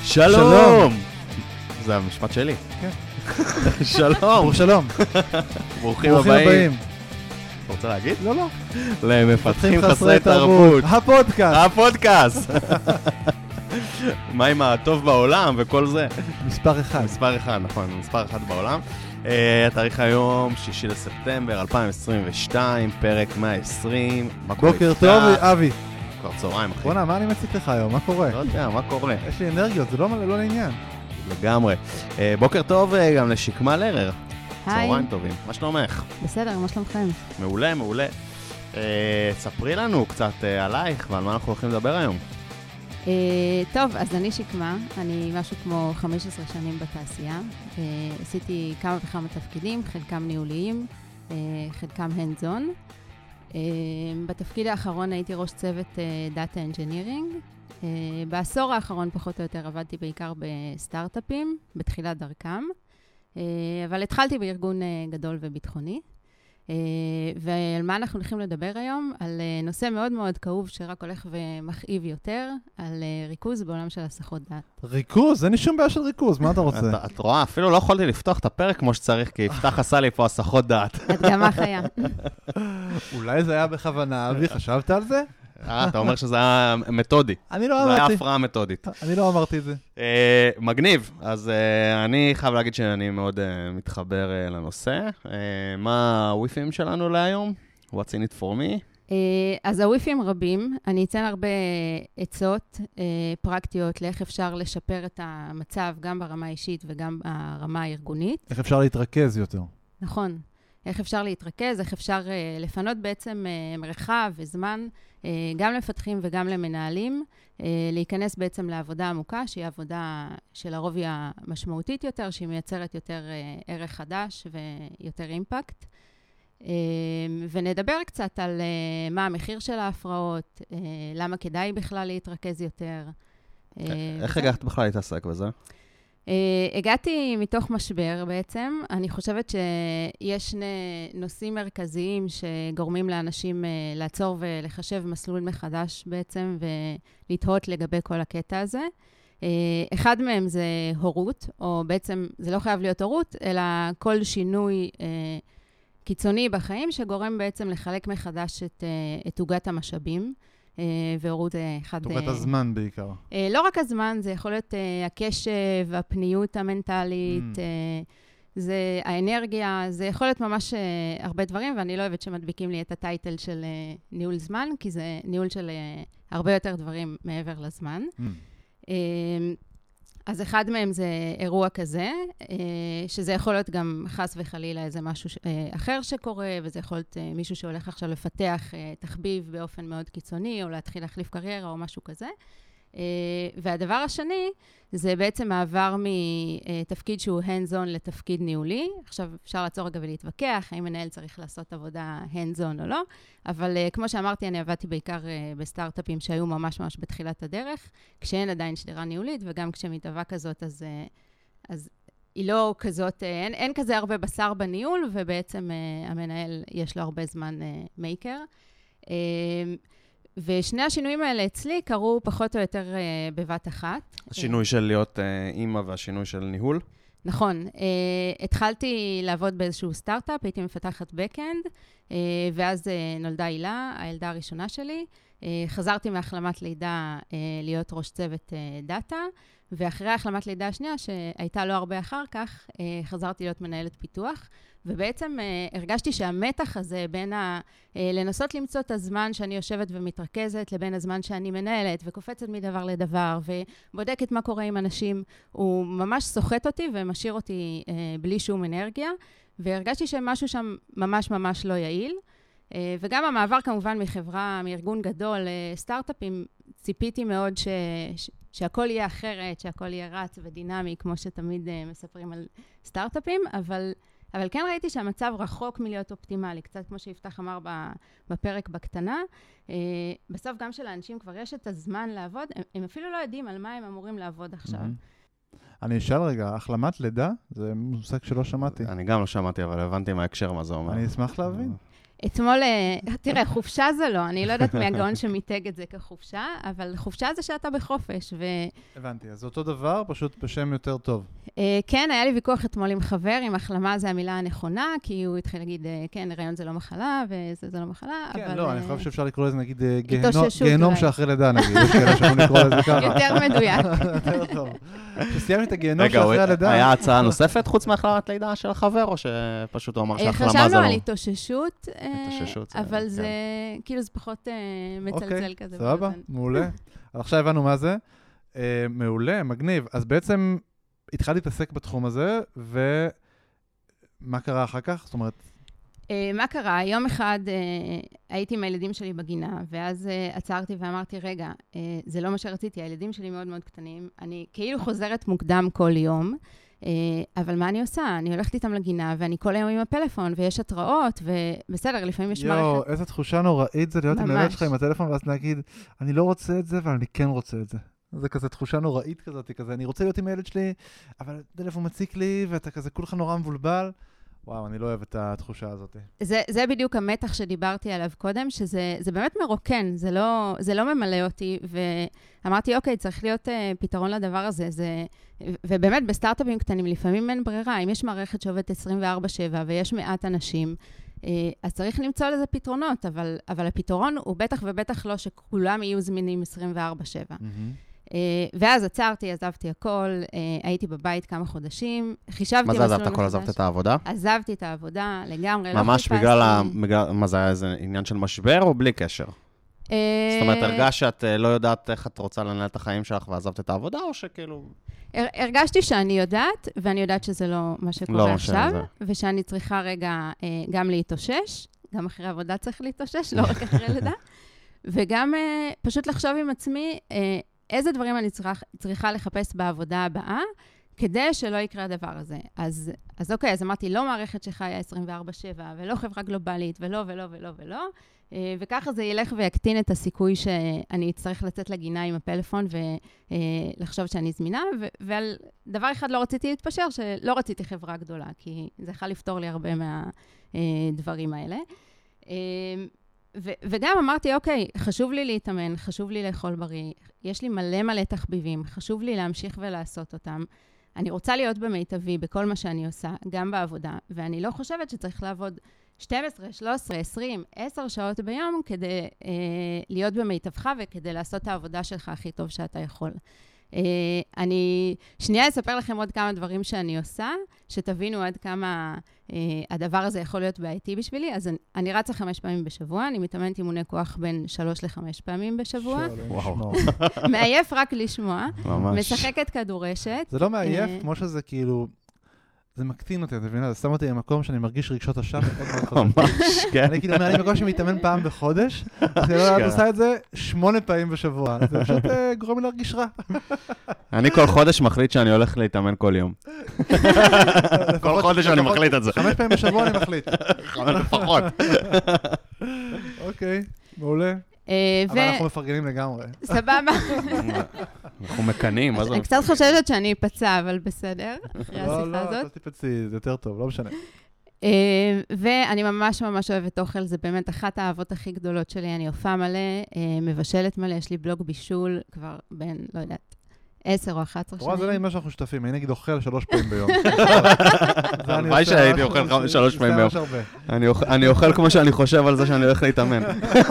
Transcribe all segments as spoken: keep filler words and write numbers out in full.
שלום! זה המשפט שלי. כן. שלום. שלום. ברוכים הבאים. אתה רוצה להגיד? לא, לא. למפתחים חסרי תרבות. הפודקאסט. הפודקאסט. מה עם הטוב בעולם וכל זה? מספר אחד. מספר אחד, נכון. מספר אחד בעולם. התאריך היום, שישי לספטמבר אלפיים עשרים ושתיים, פרק מאה ועשרים. בוקר טוב, אבי. כבר צהריים, אחי. בוא'נה, מה אני מציק לך היום? מה קורה? לא יודע, מה קורה? יש לי אנרגיות, זה לא לעניין. לגמרי. בוקר טוב גם לשקמה לרר. היי. צהריים טובים. מה שלומך? בסדר, מה שלומכם? מעולה, מעולה. ספרי לנו קצת עלייך ועל מה אנחנו הולכים לדבר היום. טוב, אז אני שקמה, אני משהו כמו חמש עשרה שנים בתעשייה. עשיתי כמה וכמה תפקידים, חלקם ניהוליים, חלקם hands-on. בתפקיד האחרון הייתי ראש צוות Data Engineering. בעשור האחרון פחות או יותר עבדתי בעיקר בסטארט-אפים, בתחילת דרכם. אבל התחלתי בארגון גדול וביטחוני. ועל מה אנחנו הולכים לדבר היום? על נושא מאוד מאוד כאוב שרק הולך ומכאיב יותר, על ריכוז בעולם של הסחות דעת. ריכוז? אין לי שום בעיה של ריכוז, מה אתה רוצה? את רואה, אפילו לא יכולתי לפתוח את הפרק כמו שצריך, כי יפתח עשה לי פה הסחות דעת. הדגמה חיה. אולי זה היה בכוונה, אבי, חשבת על זה? אה, אתה אומר שזה היה מתודי. אני לא אמרתי. זה אמרתי. היה הפרעה מתודית. אני לא אמרתי את זה. מגניב. אז אני חייב להגיד שאני מאוד מתחבר לנושא. מה הוויפים שלנו להיום? What's in it for me? אז הוויפים רבים. אני אציין הרבה עצות פרקטיות לאיך אפשר לשפר את המצב גם ברמה האישית וגם ברמה הארגונית. איך אפשר להתרכז יותר? נכון. איך אפשר להתרכז, איך אפשר לפנות בעצם מרחב וזמן, גם למפתחים וגם למנהלים, להיכנס בעצם לעבודה עמוקה, שהיא עבודה שלרוב היא המשמעותית יותר, שהיא מייצרת יותר ערך חדש ויותר אימפקט. ונדבר קצת על מה המחיר של ההפרעות, למה כדאי בכלל להתרכז יותר. איך הגעת בכלל להתעסק בזה? Uh, הגעתי מתוך משבר בעצם. אני חושבת שיש שני נושאים מרכזיים שגורמים לאנשים uh, לעצור ולחשב מסלול מחדש בעצם ולתהות לגבי כל הקטע הזה. Uh, אחד מהם זה הורות, או בעצם זה לא חייב להיות הורות, אלא כל שינוי uh, קיצוני בחיים שגורם בעצם לחלק מחדש את, uh, את עוגת המשאבים. והורות זה אחד... תורת הזמן בעיקר. לא רק הזמן, זה יכול להיות הקשב, הפניות המנטלית, זה האנרגיה, זה יכול להיות ממש הרבה דברים, ואני לא אוהבת שמדביקים לי את הטייטל של ניהול זמן, כי זה ניהול של הרבה יותר דברים מעבר לזמן. אז אחד מהם זה אירוע כזה, שזה יכול להיות גם חס וחלילה איזה משהו אחר שקורה, וזה יכול להיות מישהו שהולך עכשיו לפתח תחביב באופן מאוד קיצוני, או להתחיל להחליף קריירה או משהו כזה. והדבר השני, זה בעצם מעבר מתפקיד שהוא hands-on לתפקיד ניהולי. עכשיו אפשר לעצור רגע ולהתווכח, האם מנהל צריך לעשות עבודה hands-on או לא, אבל כמו שאמרתי, אני עבדתי בעיקר בסטארט-אפים שהיו ממש ממש בתחילת הדרך, כשאין עדיין שדרה ניהולית, וגם כשמתאבק כזאת, אז, אז היא לא כזאת, אין, אין כזה הרבה בשר בניהול, ובעצם המנהל יש לו הרבה זמן מייקר. ושני השינויים האלה אצלי קרו פחות או יותר uh, בבת אחת. השינוי של להיות uh, אימא והשינוי של ניהול? נכון. Uh, התחלתי לעבוד באיזשהו סטארט-אפ, הייתי מפתחת בקאנד, uh, ואז uh, נולדה הילה, הילדה הראשונה שלי. Uh, חזרתי מהחלמת לידה uh, להיות ראש צוות uh, דאטה, ואחרי החלמת לידה השנייה, שהייתה לא הרבה אחר כך, uh, חזרתי להיות מנהלת פיתוח. ובעצם uh, הרגשתי שהמתח הזה בין ה, uh, לנסות למצוא את הזמן שאני יושבת ומתרכזת, לבין הזמן שאני מנהלת וקופצת מדבר לדבר ובודקת מה קורה עם אנשים, הוא ממש סוחט אותי ומשאיר אותי uh, בלי שום אנרגיה, והרגשתי שמשהו שם ממש ממש לא יעיל. Uh, וגם המעבר כמובן מחברה, מארגון גדול לסטארט-אפים, ציפיתי מאוד ש, ש, שהכל יהיה אחרת, שהכל יהיה רץ ודינמי, כמו שתמיד uh, מספרים על סטארט-אפים, אבל... אבל כן ראיתי שהמצב רחוק מלהיות אופטימלי, קצת כמו שיפתח אמר בפרק בקטנה. בסוף גם שלאנשים כבר יש את הזמן לעבוד, הם אפילו לא יודעים על מה הם אמורים לעבוד עכשיו. אני אשאל רגע, החלמת לידה? זה מושג שלא שמעתי. אני גם לא שמעתי, אבל הבנתי מה ההקשר, מה זה אומר. אני אשמח להבין. אתמול, תראה, חופשה זה לא, אני לא יודעת מי הגאון שמיתג את זה כחופשה, אבל חופשה זה שאתה בחופש. ו... הבנתי, אז אותו דבר, פשוט בשם יותר טוב. כן, היה לי ויכוח אתמול עם חבר, אם החלמה זה המילה הנכונה, כי הוא התחיל להגיד, כן, הריון זה לא מחלה, וזה זה לא מחלה, אבל... כן, לא, אני חושב שאפשר לקרוא לזה, נגיד, התאוששות גיהנום שאחרי לידה, נגיד. יש כאלה שאנחנו לקרוא לזה ככה. יותר מדויק. יותר טוב. שסיימנו את הגיהנום שאחרי הלידה. היה הצעה נוספת חוץ מהחלמת לידה של החבר, או שפשוט הוא אמר שהחלמה זה לא? חשבנו על התאוששות, התאוששות, אבל זה, כאילו זה פחות מצלצל כזה. סבבה, מעולה. עכשיו הבנו מה זה. מעולה, מגניב. אז בעצם התחלתי להתעסק בתחום הזה, ומה קרה אחר כך? זאת אומרת... מה קרה? יום אחד הייתי עם הילדים שלי בגינה, ואז עצרתי ואמרתי, רגע, זה לא מה שרציתי, הילדים שלי מאוד מאוד קטנים, אני כאילו חוזרת מוקדם כל יום, אבל מה אני עושה? אני הולכת איתם לגינה, ואני כל היום עם הפלאפון, ויש התראות, ובסדר, לפעמים יש מערכת... יואו, איזו תחושה נוראית זה להיות עם הילד שלך עם הטלפון, ואז להגיד, אני לא רוצה את זה, אבל אני כן רוצה את זה. זה כזה תחושה נוראית כזאת, כזה, אני רוצה להיות עם הילד שלי, אבל הטלפון מציק לי, ואתה כזה כולך נורא מבולבל. וואו, אני לא אוהב את התחושה הזאת. זה, זה בדיוק המתח שדיברתי עליו קודם, שזה זה באמת מרוקן, זה לא, זה לא ממלא אותי, ואמרתי, אוקיי, צריך להיות uh, פתרון לדבר הזה, זה, ובאמת בסטארט-אפים קטנים, לפעמים אין ברירה, אם יש מערכת שעובדת עשרים וארבע שבע ויש מעט אנשים, uh, אז צריך למצוא לזה פתרונות, אבל, אבל הפתרון הוא בטח ובטח לא שכולם יהיו זמינים עשרים וארבע שבע. Mm-hmm. ואז עצרתי, עזבתי הכל, הייתי בבית כמה חודשים, חישבתי... מה זה עזבת הכל? עזבת את העבודה? עזבתי את העבודה, לגמרי, לא ממש בגלל, מה זה היה, איזה עניין של משבר או בלי קשר? זאת אומרת, הרגש שאת לא יודעת איך את רוצה לנהל את החיים שלך ועזבת את העבודה, או שכאילו... הרגשתי שאני יודעת, ואני יודעת שזה לא מה שקורה עכשיו, ושאני צריכה רגע גם להתאושש, גם אחרי עבודה צריך להתאושש, לא רק אחרי לידה, וגם פשוט לחשוב עם עצמי, איזה דברים אני צריכה, צריכה לחפש בעבודה הבאה, כדי שלא יקרה הדבר הזה. אז, אז אוקיי, אז אמרתי, לא מערכת שחיה עשרים וארבע שבע, ולא חברה גלובלית, ולא, ולא, ולא, ולא, וככה זה ילך ויקטין את הסיכוי שאני אצטרך לצאת לגינה עם הפלאפון, ולחשוב שאני זמינה, ו- ועל דבר אחד לא רציתי להתפשר, שלא רציתי חברה גדולה, כי זה יכול לפתור לי הרבה מהדברים האלה. ו- וגם אמרתי, אוקיי, חשוב לי להתאמן, חשוב לי לאכול בריא, יש לי מלא מלא תחביבים, חשוב לי להמשיך ולעשות אותם. אני רוצה להיות במיטבי בכל מה שאני עושה, גם בעבודה, ואני לא חושבת שצריך לעבוד שתים עשרה, שלוש עשרה, עשרים, עשר שעות ביום כדי אה, להיות במיטבך וכדי לעשות את העבודה שלך הכי טוב שאתה יכול. Uh, אני שנייה אספר לכם עוד כמה דברים שאני עושה, שתבינו עד כמה uh, הדבר הזה יכול להיות בעייתי בשבילי. אז אני, אני רצה חמש פעמים בשבוע, אני מתאמנת אימוני כוח בין שלוש לחמש פעמים בשבוע. וואו. מעייף רק לשמוע. ממש. משחקת כדורשת. זה לא מעייף, כמו שזה כאילו... זה מקטין אותי, אתה מבינה? זה שם אותי במקום שאני מרגיש רגשות אשם מאוד מאוד חזק. ממש, כן. אני כאילו, אני מקום שמתאמן פעם בחודש, אז אני עושה את זה שמונה פעמים בשבוע. זה פשוט גורם לי להרגיש רע. אני כל חודש מחליט שאני הולך להתאמן כל יום. כל חודש אני מחליט את זה. חמש פעמים בשבוע אני מחליט. חמש לפחות. אוקיי, מעולה. אבל אנחנו מפרגנים לגמרי. סבבה. אנחנו מקנים, מה זה? אני קצת חושבת שאני אפצע, אבל בסדר, אחרי השיחה הזאת. לא, לא, אתה תפצי, זה יותר טוב, לא משנה. ואני ממש ממש אוהבת אוכל, זה באמת אחת האהבות הכי גדולות שלי, אני הופעה מלא, מבשלת מלא, יש לי בלוג בישול כבר בין, לא יודעת, עשר או אחת עשרה שנים. רואה, זה לא עם מה שאנחנו שותפים, אני נגיד אוכל שלוש פעמים ביום. הלוואי שהייתי אוכל שלוש פעמים ביום. אני אוכל כמו שאני חושב על זה שאני הולך להתאמן.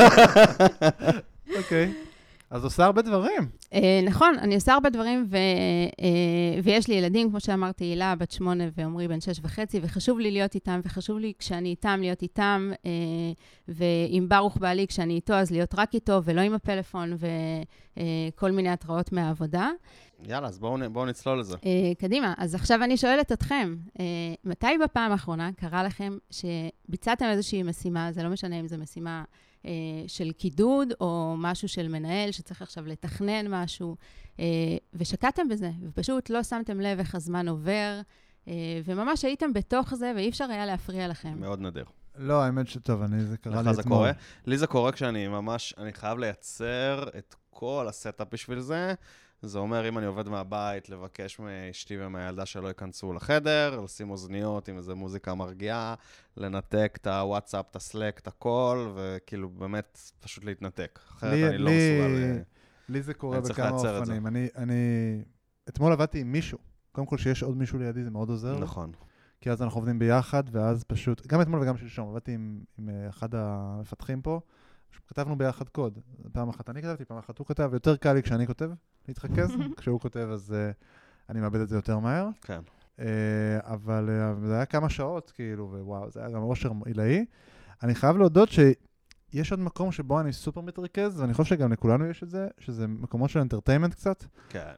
אוקיי. אז עושה הרבה דברים. נכון, אני עושה הרבה דברים, ויש לי ילדים, כמו שאמרתי, הילה בת שמונה ועומרי בן שש וחצי, וחשוב לי להיות איתם, וחשוב לי כשאני איתם להיות איתם, ועם ברוך בעלי כשאני איתו, אז להיות רק איתו, ולא עם הפלאפון, וכל מיני התראות מהעבודה. יאללה, אז בואו נצלול לזה. קדימה, אז עכשיו אני שואלת אתכם, מתי בפעם האחרונה קרה לכם שביצעתם איזושהי משימה, זה לא משנה אם זו משימה של קידוד, או משהו של מנהל, שצריך עכשיו לתכנן משהו, ושקעתם בזה, ופשוט לא שמתם לב איך הזמן עובר, וממש הייתם בתוך זה, ואי אפשר היה להפריע לכם. מאוד נדיר. לא, האמת שטוב, אני, זה קרה לי אתמול. זה קורה? לי זה קורה כשאני ממש, אני חייב לייצר את כל הסטאפ בשביל זה, זה אומר, אם אני עובד מהבית, לבקש מאשתי ומהילדה שלא ייכנסו לחדר, לשים אוזניות עם איזו מוזיקה מרגיעה, לנתק את הוואטסאפ, את הסלק, את הכל, וכאילו באמת פשוט להתנתק. אחרת לי, אני לא לי, מסוגל... לי זה קורה בכמה אופנים. אני, אני... אתמול עבדתי עם מישהו. קודם כל, שיש עוד מישהו לידי, זה מאוד עוזר. נכון. כי אז אנחנו עובדים ביחד, ואז פשוט... גם אתמול וגם שלשום, עבדתי עם, עם אחד המפתחים פה, כתבנו ביחד קוד. פעם אחת אני כתבתי, פעם אחת הוא כתב, ויותר קל לי כשאני כותב, להתרכז. כשהוא כותב, אז uh, אני מאבד את זה יותר מהר. כן. Uh, אבל uh, זה היה כמה שעות, כאילו, ווואו, זה היה גם אושר עילאי. אני חייב להודות שיש עוד מקום שבו אני סופר מתרכז, ואני חושב שגם לכולנו יש את זה, שזה מקומות של אנטרטיימנט קצת. כן.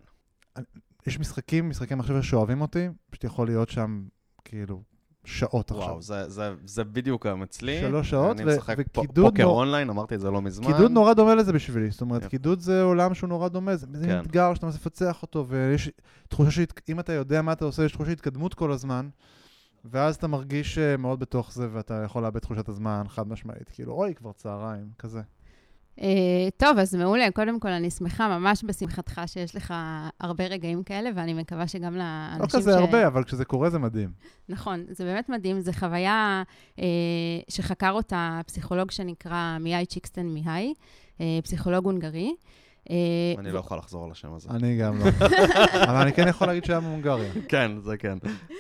יש משחקים, משחקי מחשב שאוהבים אותי, פשוט יכול להיות שם, כאילו, שעות עכשיו. וואו, זה, זה, זה בדיוק גם אצלי. שלוש שעות, אני משחק וקידוד... פוקר אונליין, אמרתי את זה לא מזמן. קידוד נורא דומה לזה בשבילי, זאת אומרת, קידוד זה עולם שהוא נורא דומה, זה אתגר שאתה מפצח אותו, ויש תחושה שאם אתה יודע מה אתה עושה, יש תחושה התקדמות כל הזמן, ואז אתה מרגיש מאוד בתוך זה, ואתה יכול לאבד תחושת הזמן חד משמעית, כאילו, אוי, כבר צהריים, כזה. טוב, אז מעולה. קודם כל, אני שמחה ממש בשמחתך שיש לך הרבה רגעים כאלה, ואני מקווה שגם לאנשים ש... לא כזה הרבה, אבל כשזה קורה זה מדהים. נכון, זה באמת מדהים. זו חוויה שחקר אותה פסיכולוג שנקרא מיהי צ'יקסטן מיהי, פסיכולוג הונגרי. אני לא יכול לחזור על השם הזה. אני גם לא. אבל אני כן יכול להגיד שהיה מהונגריה. כן, זה כן.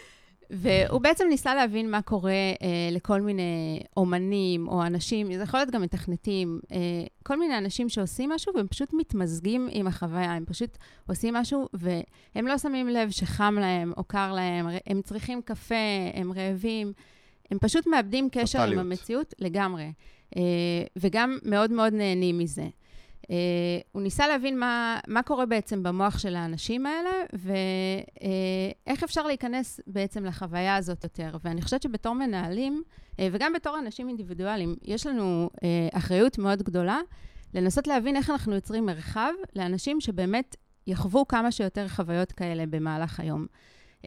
והוא בעצם ניסה להבין מה קורה אה, לכל מיני אומנים או אנשים, זה יכול להיות גם מתכנתים, אה, כל מיני אנשים שעושים משהו והם פשוט מתמזגים עם החוויה, הם פשוט עושים משהו והם לא שמים לב שחם להם או קר להם, הם צריכים קפה, הם רעבים, הם פשוט מאבדים קשר טוטליות. עם המציאות לגמרי, אה, וגם מאוד מאוד נהנים מזה. Uh, הוא ניסה להבין מה, מה קורה בעצם במוח של האנשים האלה, ואיך uh, אפשר להיכנס בעצם לחוויה הזאת יותר. ואני חושבת שבתור מנהלים, uh, וגם בתור אנשים אינדיבידואליים, יש לנו uh, אחריות מאוד גדולה, לנסות להבין איך אנחנו יוצרים מרחב לאנשים שבאמת יחוו כמה שיותר חוויות כאלה במהלך היום. Uh,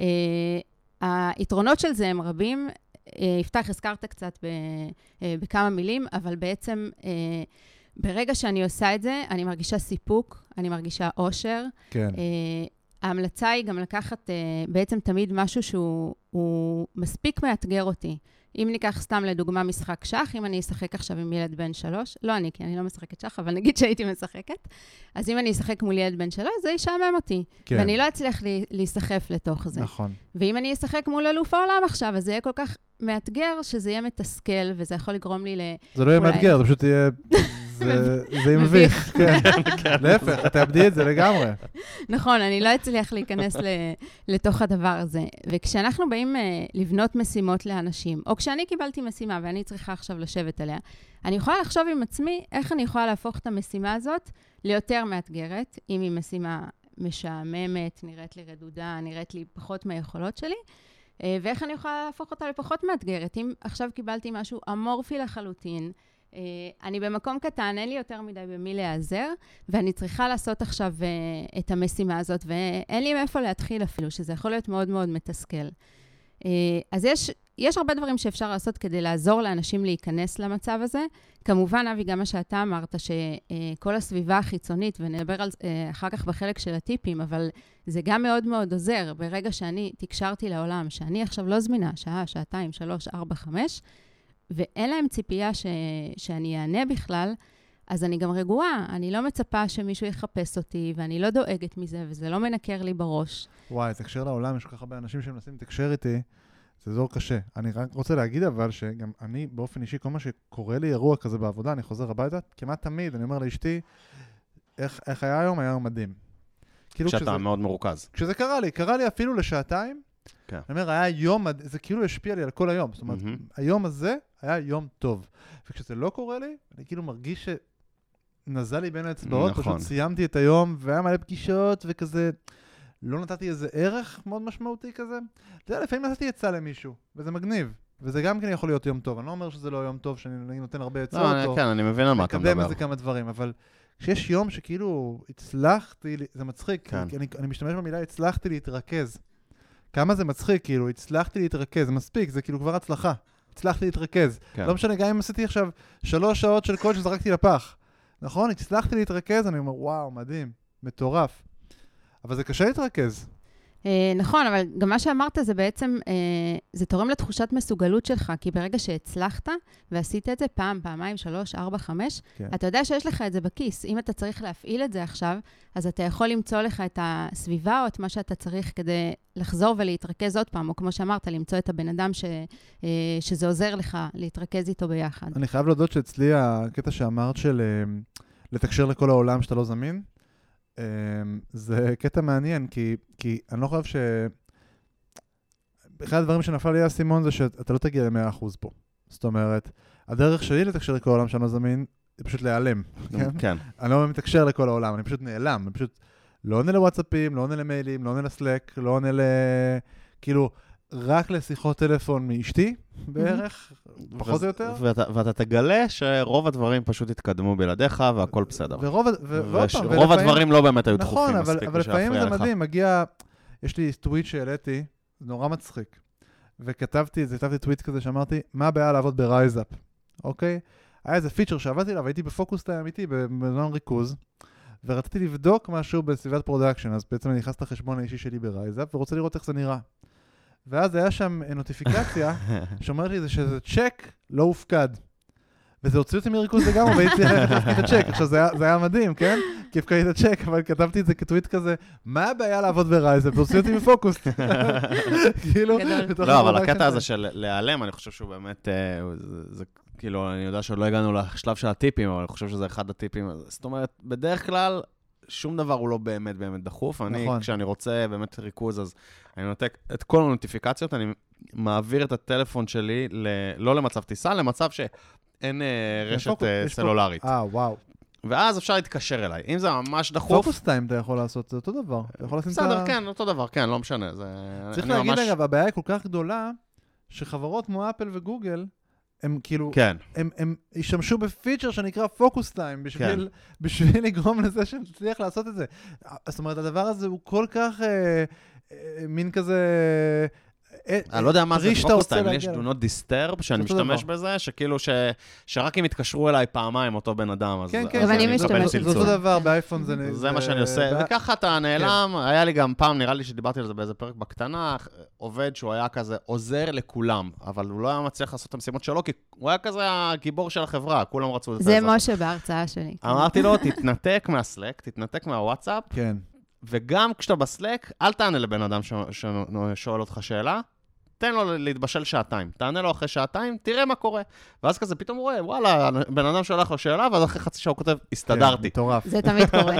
היתרונות של זה הם רבים, uh, יפתח, הזכרת קצת ב, uh, בכמה מילים, אבל בעצם... Uh, ברגע שאני עושה את זה, אני מרגישה סיפוק, אני מרגישה אושר. כן. Uh, ההמלצה היא גם לקחת uh, בעצם תמיד משהו שהוא מספיק מאתגר אותי. אם ניקח סתם לדוגמה משחק שח, אם אני אשחק עכשיו עם ילד בן שלוש, לא אני, כי אני לא משחקת שח, אבל נגיד שהייתי משחקת, אז אם אני אשחק מול ילד בן שלוש, זה ישעמם אותי. כן. ואני לא אצליח לי, להיסחף לתוך זה. נכון. ואם אני אשחק מול אלוף העולם עכשיו, אז זה יהיה כל כך מאתגר, שזה יהיה מתסכל, וזה יכול לגרום לי ל... זה לא יהיה מאתגר, זה פשוט יהיה... זה יהיה מביך, כן. להפך, תאבדי את זה לגמרי. נכון, אני לא אצליח להיכנס לתוך הדבר הזה. וכשאנחנו באים לבנות משימות לאנשים, או כשאני קיבלתי משימה ואני צריכה עכשיו לשבת עליה, אני יכולה לחשוב עם עצמי איך אני יכולה להפוך את המשימה הזאת ליותר מאתגרת, אם היא משימה משעממת, נראית לי רדודה, נראית לי פחות מהיכולות שלי, ואיך אני יכולה להפוך אותה לפחות מאתגרת. אם עכשיו קיבלתי משהו אמורפי לחלוטין, אני במקום קטן, אין לי יותר מדי במי להיעזר, ואני צריכה לעשות עכשיו את המשימה הזאת, ואין לי מאיפה להתחיל אפילו, שזה יכול להיות מאוד מאוד מתסכל. אז יש, יש הרבה דברים שאפשר לעשות כדי לעזור לאנשים להיכנס למצב הזה. כמובן, אבי, גם מה שאתה אמרת, שכל הסביבה החיצונית, ונדבר על אחר כך בחלק של הטיפים, אבל זה גם מאוד מאוד עוזר. ברגע שאני תקשרתי לעולם, שאני עכשיו לא זמינה, שעה, שעתיים, שלוש, ארבע, חמש, ואין להם ציפייה ש... שאני אענה בכלל, אז אני גם רגועה. אני לא מצפה שמישהו יחפש אותי, ואני לא דואגת מזה, וזה לא מנקר לי בראש. וואי, תקשר לעולם, יש כל כך הרבה אנשים שמנסים לתקשר איתי, זה אזור קשה. אני רק רוצה להגיד אבל שגם אני באופן אישי, כל מה שקורה לי אירוע כזה בעבודה, אני חוזר הביתה, כמעט תמיד, אני אומר לאשתי, איך, איך היה היום? היה היום מדהים. כאילו כשאתה כשזה, מאוד מרוכז. כשזה קרה לי, קרה לי אפילו לשעתיים, כן. אני אומר, היה יום, זה כאילו השפיע לי על כל היום. זאת אומרת, mm-hmm. היום הזה היה יום טוב. וכשזה לא קורה לי, אני כאילו מרגיש שנזל לי בין האצבעות, נכון. פשוט סיימתי את היום, והיה מלא פגישות וכזה, לא נתתי איזה ערך מאוד משמעותי כזה. אתה יודע, לפעמים נתתי עצה למישהו, וזה מגניב. וזה גם כן יכול להיות יום טוב. אני לא אומר שזה לא יום טוב, שאני נותן הרבה עצות. לא, או... כן, אני מבין על מה אתה מדבר. מקדם איזה כמה דברים, אבל כשיש יום שכאילו הצלחתי, זה מצחיק, כן. אני, אני משתמש במילה, הצלחתי להתרכז. כמה זה מצחיק, כאילו, הצלחתי להתרכז, זה מספיק, זה כאילו כבר הצלחה. הצלחתי להתרכז. כן. לא משנה, גם אם עשיתי עכשיו שלוש שעות של קוד שזרקתי לפח. נכון? הצלחתי להתרכז, אני אומר, וואו, מדהים, מטורף. אבל זה קשה להתרכז. נכון, אבל גם מה שאמרת זה בעצם, זה תורם לתחושת מסוגלות שלך, כי ברגע שהצלחת ועשית את זה פעם, פעמיים, שלוש, ארבע, חמש, אתה יודע שיש לך את זה בכיס. אם אתה צריך להפעיל את זה עכשיו, אז אתה יכול למצוא לך את הסביבה או את מה שאתה צריך כדי לחזור ולהתרכז עוד פעם, או כמו שאמרת, למצוא את הבן אדם ש, שזה עוזר לך להתרכז איתו ביחד. אני חייב להודות שאצלי הקטע שאמרת של לתקשר לכל העולם שאתה לא זמין, זה קטע מעניין, כי, כי אני לא חושב ש... אחד הדברים שנפל לי הסימון זה שאתה לא תגיע ל-מאה אחוז פה. זאת אומרת, הדרך שלי לתקשר לכל העולם שאני לא זמין, זה פשוט להיעלם. כן? כן. אני לא מתקשר לכל העולם, אני פשוט נעלם. אני פשוט לא עונה לוואטסאפים, לא עונה למיילים, לא עונה לסלק, לא עונה ל... כאילו, רק לשיחות טלפון מאשתי בערך, פחות או יותר. ואתה תגלה שרוב הדברים פשוט התקדמו בלעדיך והכל בסדר. ורוב הדברים לא באמת היו דחופים נכון, מספיק. אבל לפעמים זה מדהים, מגיע, יש לי טוויט שהעליתי, זה נורא מצחיק, וכתבתי, כתבתי טוויט כזה שאמרתי, מה הבעיה לעבוד ברייזאפ, אוקיי? היה איזה פיצ'ר שעבדתי עליו, הייתי בפוקוס טיים אמיתי, בזמן ריכוז, ורציתי לבדוק משהו בסביבת פרודקשן, אז בעצם אני נכנס לחשבון האישי שלי ברייזאפ, ורוצה לראות איך זה נראה. ואז היה שם נוטיפיקציה שאומרת לי שזה צ'ק לא הופקד. וזה הוציא אותי מריכוז לגמרי, והייתי צריך ללכת להפקיד את הצ'ק. עכשיו, זה היה, זה היה מדהים, כן? כי הפקדתי את הצ'ק, אבל כתבתי את זה כטוויט כזה, מה הבעיה לעבוד ברייזאפ? והוציא אותי מפוקוס. כאילו, לא, אבל הקטע הזה של להיעלם, אני חושב שהוא באמת, זה כאילו, אני יודע שעוד לא הגענו לשלב של הטיפים, אבל אני חושב שזה אחד הטיפים. זאת אומרת, בדרך כלל, שום דבר הוא לא באמת באמת דחוף. אני, כשאני רוצה באמת ריכוז, אז אני נותק את כל הנוטיפיקציות, אני מעביר את הטלפון שלי לא למצב טיסה, למצב שאין רשת סלולרית. אה, וואו. ואז אפשר להתקשר אליי. אם זה ממש דחוף... פוקוס טיים אתה יכול לעשות, זה אותו דבר. בסדר, כן, אותו דבר, כן, לא משנה. צריך להגיד, אגב, הבעיה היא כל כך גדולה, שחברות כמו אפל וגוגל, הם כאילו, כן. הם, הם ישמשו בפיצ'ר שנקרא פוקוס טיים, בשביל, כן. בשביל לגרום לזה שנצליח לעשות את זה. זאת אומרת, הדבר הזה הוא כל כך, אה, אה, מין כזה... אני לא יודע מה זה פוקוס טיים, יש do not disturb, שאני משתמש בזה, שכאילו שרק אם יתקשרו אליי פעמיים אותו בן אדם, אז אני מקבל צלצול. זה אותו דבר, באייפון זה... זה מה שאני עושה, וככה אתה נעלם, היה לי גם פעם, נראה לי שדיברתי על זה באיזה פרק בקטנה, עובד שהוא היה כזה עוזר לכולם, אבל הוא לא היה מצליח לעשות את המשימות שלו, כי הוא היה כזה הגיבור של החברה, כולם רצו את זה. זה משה בהרצאה שלי. אמרתי לו, תתנתק מהסלק, תתנתק מהוואטסאפ, כן. וגם כשאתה בסלק, אל תענה לבן אדם ששואל אותך שאלה, תן לו להתבשל שעתיים, תענה לו אחרי שעתיים, תראה מה קורה. ואז כזה פתאום הוא רואה, וואלה, בן אדם שולח לו שאלה, ואז אחרי חצי שעה הוא כותב, הסתדרתי. מטורף. זה תמיד קורה.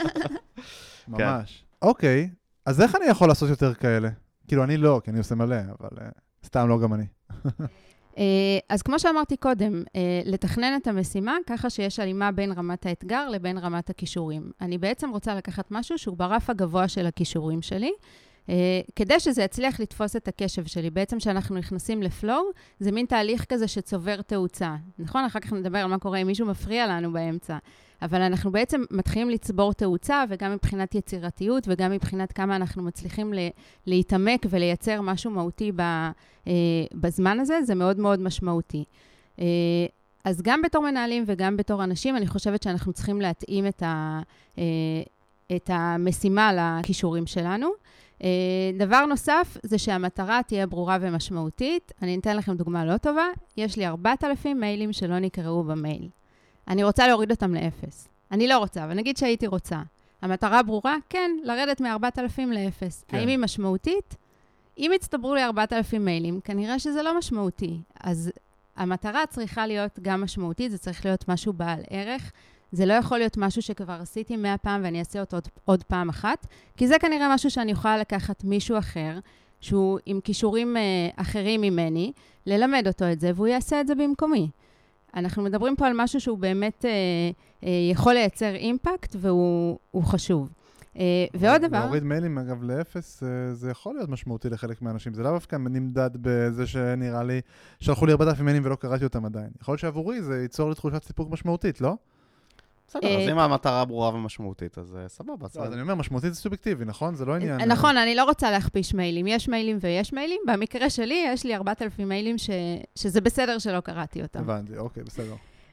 ממש. אוקיי, אז איך אני יכול לעשות יותר כאלה? כאילו, אני לא, כי אני עושה מלא, אבל סתם לא גם אני. אז כמו שאמרתי קודם, לתכנן את המשימה ככה שיש הלימה בין רמת האתגר לבין רמת הכישורים. אני בעצם רוצה לקחת משהו שהוא ברף הגבוה של הכישורים שלי, כדי שזה יצליח לתפוס את הקשב שלי. בעצם שאנחנו נכנסים לפלואו, זה מין תהליך כזה שצובר תאוצה. נכון? אחר כך נדבר על מה קורה אם מישהו מפריע לנו באמצע. אבל אנחנו בעצם מתחילים לצבור תאוצה, וגם מבחינת יצירתיות, וגם מבחינת כמה אנחנו מצליחים להתעמק ולייצר משהו מהותי בזמן הזה, זה מאוד מאוד משמעותי. אז גם בתור מנהלים וגם בתור אנשים, אני חושבת שאנחנו צריכים להתאים את, ה, את המשימה לכישורים שלנו. דבר נוסף זה שהמטרה תהיה ברורה ומשמעותית. אני אתן לכם דוגמה לא טובה. יש לי ארבעת אלפים מיילים שלא נקראו במייל. אני רוצה להוריד אותם לאפס. אני לא רוצה, אבל נגיד שהייתי רוצה. המטרה ברורה? כן, לרדת מ-ארבעת אלפים לאפס. כן. האם היא משמעותית? אם הצטברו לי ארבעת אלפים מיילים, כנראה שזה לא משמעותי. אז המטרה צריכה להיות גם משמעותית, זה צריך להיות משהו בעל ערך. זה לא יכול להיות משהו שכבר עשיתי מאה פעם ואני אעשה אותו עוד, עוד פעם אחת, כי זה כנראה משהו שאני יכולה לקחת מישהו אחר, שהוא עם כישורים אה, אחרים ממני, ללמד אותו את זה, והוא יעשה את זה במקומי. אנחנו מדברים פה על משהו שהוא באמת אה, אה, יכול לייצר אימפקט, והוא חשוב. אה, ועוד דבר... להוריד מיילים, אגב, לאפס, אה, זה יכול להיות משמעותי לחלק מהאנשים. זה לא דווקא נמדד בזה שנראה לי, שלחו לי ארבעת אלפים מיילים ולא קראתי אותם עדיין. יכול להיות שעבורי זה ייצור לי תחושת סיפוק משמעותית, לא? בסדר, אז אם המטרה ברורה ומשמעותית, אז סבבה. אז אני אומר, משמעותית זה סובייקטיבי, נכון? זה לא עניין... נכון, אני לא רוצה להכפיש מיילים. יש מיילים ויש מיילים. במקרה שלי, יש לי ארבעת אלפים מיילים שזה בסדר שלא קראתי אותם. הבנתי, אוקיי, בסדר.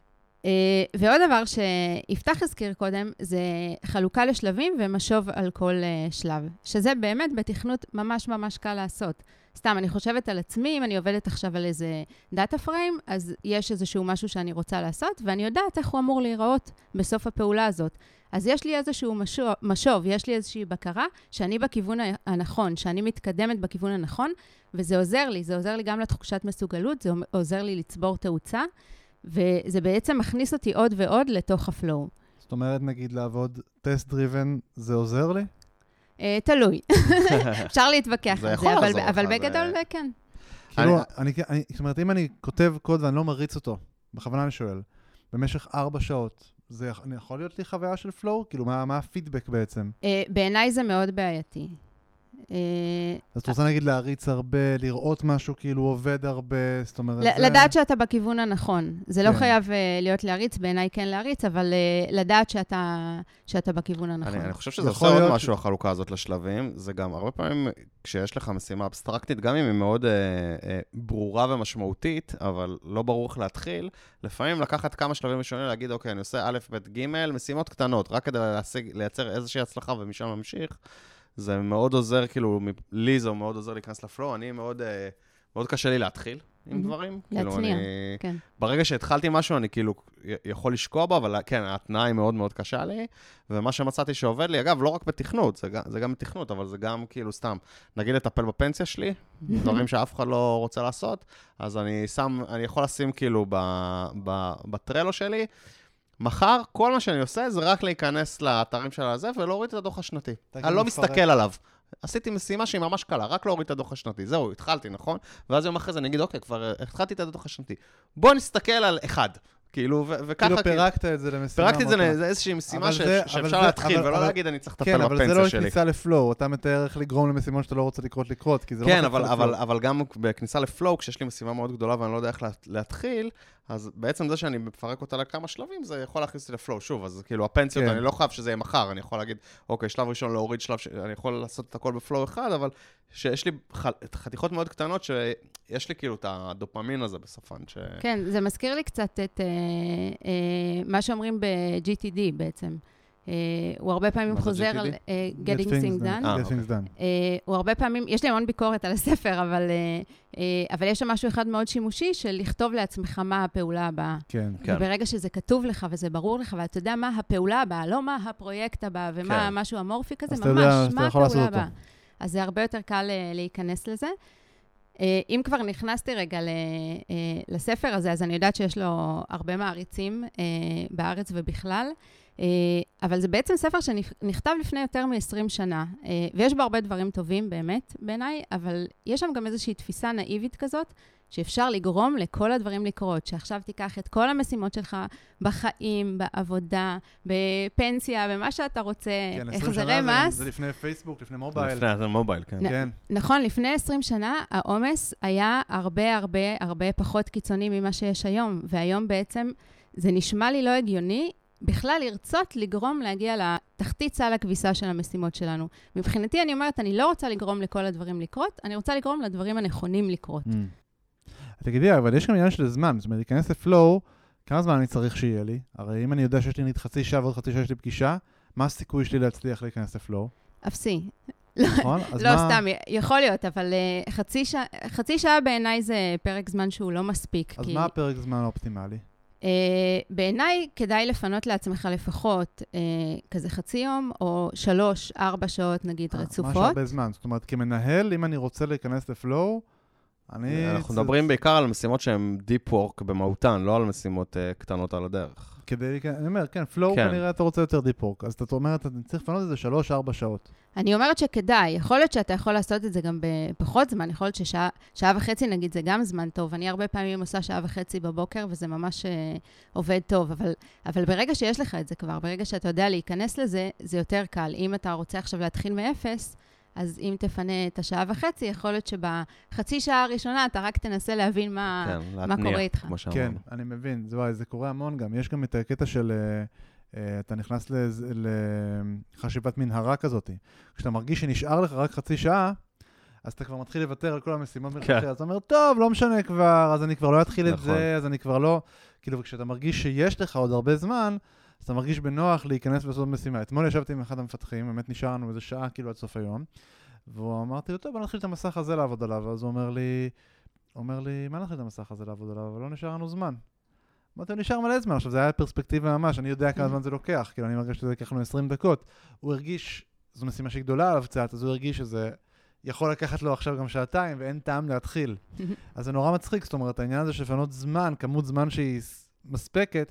ועוד דבר שיפתח הזכיר קודם, זה חלוקה לשלבים ומשוב על כל שלב, שזה באמת בתכנות ממש ממש קל לעשות. סתם, אני חושבת על עצמי, אם אני עובדת עכשיו על איזה דאטה פריים, אז יש איזשהו משהו שאני רוצה לעשות, ואני יודעת איך הוא אמור להיראות בסוף הפעולה הזאת. אז יש לי איזשהו משוב, משוב, יש לי איזושהי בקרה, שאני בכיוון הנכון, שאני מתקדמת בכיוון הנכון, וזה עוזר לי, זה עוזר לי גם לתחושת מסוגלות, זה עוזר לי לצבור תאוצה, וזה בעצם מכניס אותי עוד ועוד לתוך הפלואו. זאת אומרת, נגיד, לעבוד טסט דריבן, זה עוזר לי? תלוי. אפשר להתווכח על זה, אבל בגדול כן. כאילו, זאת אומרת, אם אני כותב קוד ואני לא מריץ אותו, בכוונה אני שואל, במשך ארבע שעות, זה יכול להיות לי חוויה של פלואו? כאילו, מה הפידבק בעצם? בעיניי זה מאוד בעייתי. אז אתה רוצה נגיד להריץ הרבה, לראות משהו כאילו עובד הרבה, זאת אומרת... לדעת שאתה בכיוון הנכון. זה לא חייב להיות להריץ, בעיניי כן להריץ, אבל לדעת שאתה בכיוון הנכון. אני חושב שזה עושה עוד משהו, החלוקה הזאת לשלבים. זה גם הרבה פעמים, כשיש לך משימה אבסטרקטית, גם אם היא מאוד ברורה ומשמעותית, אבל לא ברור איך להתחיל, לפעמים לקחת כמה שלבים ראשונים, להגיד, אוקיי, אני עושה א', ב', ג', משימות קטנות, רק כדי לייצר איזושהי הצלחה ומשם ממשיך. זה מאוד עוזר, כאילו, לי זה מאוד עוזר להיכנס לפלואו, אני מאוד, מאוד קשה לי להתחיל עם דברים. להצניע, כן. ברגע שהתחלתי משהו, אני כאילו יכול לשקוע בו, אבל כן, התנאי מאוד מאוד קשה לי, ומה שמצאתי שעובד לי, אגב, לא רק בתכנות, זה גם, זה גם בתכנות, אבל זה גם כאילו סתם, נגיד לטפל בפנסיה שלי, דברים שאף אחד לא רוצה לעשות, אז אני שם, אני יכול לשים כאילו ב, ב, בטרלו שלי, מחר, כל מה שאני עושה זה רק להיכנס לאתרים של הזה ולהוריד את הדוח השנתי. אני לא מסתכל עליו. עשיתי משימה שהיא ממש קלה, רק להוריד את הדוח השנתי. זהו, התחלתי, נכון? ואז יום אחרי זה אני אגיד, אוקיי, כבר התחלתי את הדוח השנתי. בוא נסתכל על אחד. כאילו, וככה... כאילו פירקת את זה למשימה. פירקתי את זה לאיזושהי משימה שאפשר להתחיל, ולא להגיד, אני צריך לטפל בפנסיה שלי. כן, אבל זה לא כניסה לפלואו. אתה מתאר איך לגרום למשימות שאתה לא רוצה לקרות לקרות, כי זה לא... כן, אבל גם בכניסה לפלואו, כשיש לי משימה מאוד גדולה ואני לא יודע איך להתחיל, אז בעצם זה שאני מפרק אותה לכמה שלבים, זה יכול להכניס לי לפלואו שוב. אז כאילו, הפנסיות, אני לא חייב שזה יהיה מחר. אני יכול להגיד, אוקיי, שלב ראשון להוריד שלב, אני יכול לעשות את הכל בפלואו אחד, אבל שיש לי חתיכות מאוד קטנות שיש לי כאילו את הדופמין הזה בסופן. כן, זה מזכיר לי קצת את מה שאומרים ב-ג'י טי די בעצם. הוא הרבה פעמים חוזר על Getting Things Done. הוא הרבה פעמים, יש לי המון ביקורת על הספר, אבל יש שם משהו אחד מאוד שימושי של לכתוב לעצמך מה הפעולה הבאה. כן. וברגע שזה כתוב לך וזה ברור לך, ואתה יודע מה הפעולה הבאה, לא מה הפרויקט הבא ומה משהו אמורפי כזה, ממש מה הפעולה הבאה. אז זה הרבה יותר קל להיכנס לזה. אם כבר נכנסתי רגע לספר הזה, אז אני יודעת שיש לו הרבה מעריצים בארץ ובכלל, אבל זה בעצם ספר שנכתב לפני יותר מ-עשרים שנה, ויש בו הרבה דברים טובים באמת בעיניי, אבל יש שם גם איזושהי תפיסה נאיבית כזאת, שאפשר לגרום לכל הדברים לקרות, שעכשיו תיקח את כל המשימות שלך בחיים, בעבודה, בפנסיה, במה שאתה רוצה, החזרי מס. זה לפני פייסבוק, לפני מובייל. לפני מובייל, כן. נכון, לפני עשרים שנה, העומס היה הרבה הרבה הרבה פחות קיצוני ממה שיש היום, והיום בעצם זה נשמע לי לא הגיוני, בכלל לרצות לגרום להגיע לתחתית סל הכביסה של המשימות שלנו. מבחינתי אני אומרת, אני לא רוצה לגרום לכל הדברים לקרות, אני רוצה לגרום לדברים הנכונים לקרות. תגידי, אבל יש גם עניין של זמן, זאת אומרת, להיכנס לפלואו, כמה זמן אני צריך שיהיה לי? הרי אם אני יודע שיש לי נגיד חצי שעה ועוד חצי שעה יש לי פגישה, מה הסיכוי שלי להצליח להיכנס לפלואו? אפסי. נכון? לא סתם, יכול להיות, אבל חצי שעה בעיניי זה פרק זמן שהוא לא מספיק. אז מה הפרק זמן האופטימלי? בעיניי כדאי לפנות לעצמך לפחות כזה חצי יום, או שלוש, ארבע שעות נגיד רצופות. מה הרבה זמן? זאת אומרת, כמנהל, אם אני רוצה להיכנס לפלואו, אנחנו מדברים בעיקר על משימות שהן דיפ וורק במהותן, לא על משימות קטנות על הדרך. כדי, אני אומר, כן, פלואו כנראה אתה רוצה יותר דיפ וורק, אז אתה אומרת, אני צריך לפנות את זה שלוש, ארבע שעות. אני אומרת שכדאי, יכול להיות שאתה יכול לעשות את זה גם בפחות זמן, יכול להיות ששעה שעה וחצי נגיד זה גם זמן טוב, אני הרבה פעמים עושה שעה וחצי בבוקר וזה ממש עובד טוב, אבל, אבל ברגע שיש לך את זה כבר, ברגע שאתה יודע להיכנס לזה, זה יותר קל. אם אתה רוצה עכשיו להתחיל מאפס, אז אם תפנה את השעה וחצי, יכול להיות שבחצי שעה הראשונה אתה רק תנסה להבין מה, כן, מה קורה איתך. כן, אני מבין. זה, זה קורה המון גם. יש גם את הקטע של, uh, אתה נכנס לחשיבת מנהרה כזאת. כשאתה מרגיש שנשאר לך רק חצי שעה, אז אתה כבר מתחיל לוותר על כל המשימות מלכתחילה, אז אתה אומר, טוב, לא משנה כבר, אז אני כבר לא אתחיל את זה, אז אני כבר לא... כאילו, וכשאתה מרגיש שיש לך עוד הרבה זמן, אז אתה מרגיש בנוח להיכנס ולעשות משימה. אתמול ישבתי עם אחד המפתחים, באמת נשארנו איזה שעה כאילו עד סוף היום, והוא אמרתי לו, טוב, בוא נתחיל את המסך הזה לעבוד עליו, אז הוא אומר לי, אומר לי, מה נתחיל את המסך הזה לעבוד עליו? אבל לא נשאר לנו זמן. אמרתי, הוא נשאר מלא זמן, עכשיו זה היה פרספקטיבה ממש, אני יודע כמה זמן זה לוקח, כאילו אני מרגיש שזה ייקח לנו עשרים דקות. הוא הרגיש, זו משימה שהיא גדולה עליו קצת, אז הוא הרגיש שזה יכול לקחת לו עכשיו גם שעתיים, ואין טעם להתחיל. אז זה נורא מצחיק, זאת אומרת, העניין הזה שפנות זמן, כמות זמן שהיא מספקת,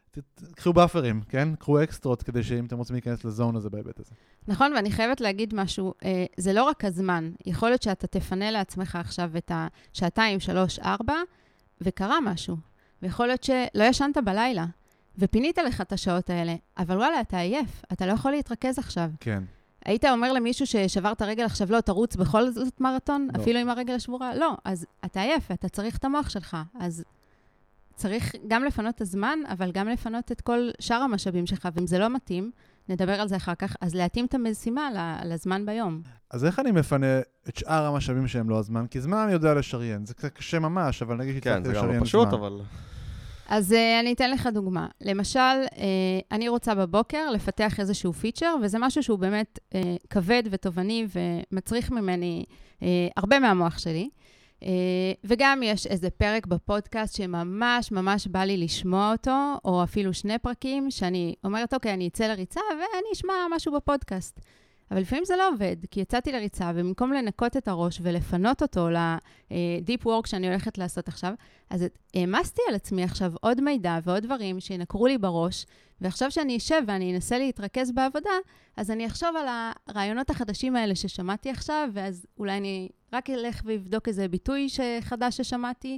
קחו באפרים, כן? קחו אקסטרות, כדי שאם אתם רוצים להיכנס לזון הזה בהיבט הזה. נכון, ואני חייבת להגיד משהו, זה לא רק הזמן, יכול להיות שאתה תפנה לעצמך עכשיו את השעתיים, שלוש, ארבע, וקרה משהו. ויכול להיות שלא ישנת בלילה, ופינית לך את השעות האלה, אבל וואלה, אתה עייף, אתה לא יכול להתרכז עכשיו. כן. היית אומר למישהו ששבר את הרגל עכשיו, לא, תרוץ בכל זאת מרתון, לא. אפילו עם הרגל השבורה? לא, אז אתה עייף, אתה צריך את המוח שלך, אז צריך גם לפנות את הזמן, אבל גם לפנות את כל שאר המשאבים שלך, ואם זה לא מתאים, נדבר על זה אחר כך, אז להתאים את המשימה לזמן ביום. אז איך אני מפנה את שאר המשאבים שהם לא הזמן? כי זמן אני יודע לשריין, זה קצת קשה ממש, אבל נגיד כן, שצריך לשריין זמן. כן, זה גם לא פשוט, אבל... אז uh, אני אתן לך דוגמה. למשל, uh, אני רוצה בבוקר לפתח איזשהו פיצ'ר, וזה משהו שהוא באמת uh, כבד וטובעני ומצריך ממני uh, הרבה מהמוח שלי. Uh, וגם יש איזה פרק בפודקאסט שממש ממש בא לי לשמוע אותו, או אפילו שני פרקים שאני אומרת, אוקיי, אני אצא לריצה ואני אשמע משהו בפודקאסט. אבל לפעמים זה לא עובד, כי יצאתי לריצה, ובמקום לנקות את הראש ולפנות אותו לדיפ וורק שאני הולכת לעשות עכשיו, אז העמסתי על עצמי עכשיו עוד מידע ועוד דברים שינקרו לי בראש, ועכשיו שאני אשב ואני אנסה להתרכז בעבודה, אז אני אחשוב על הרעיונות החדשים האלה ששמעתי עכשיו, ואז אולי אני רק אלך ואבדוק איזה ביטוי חדש ששמעתי,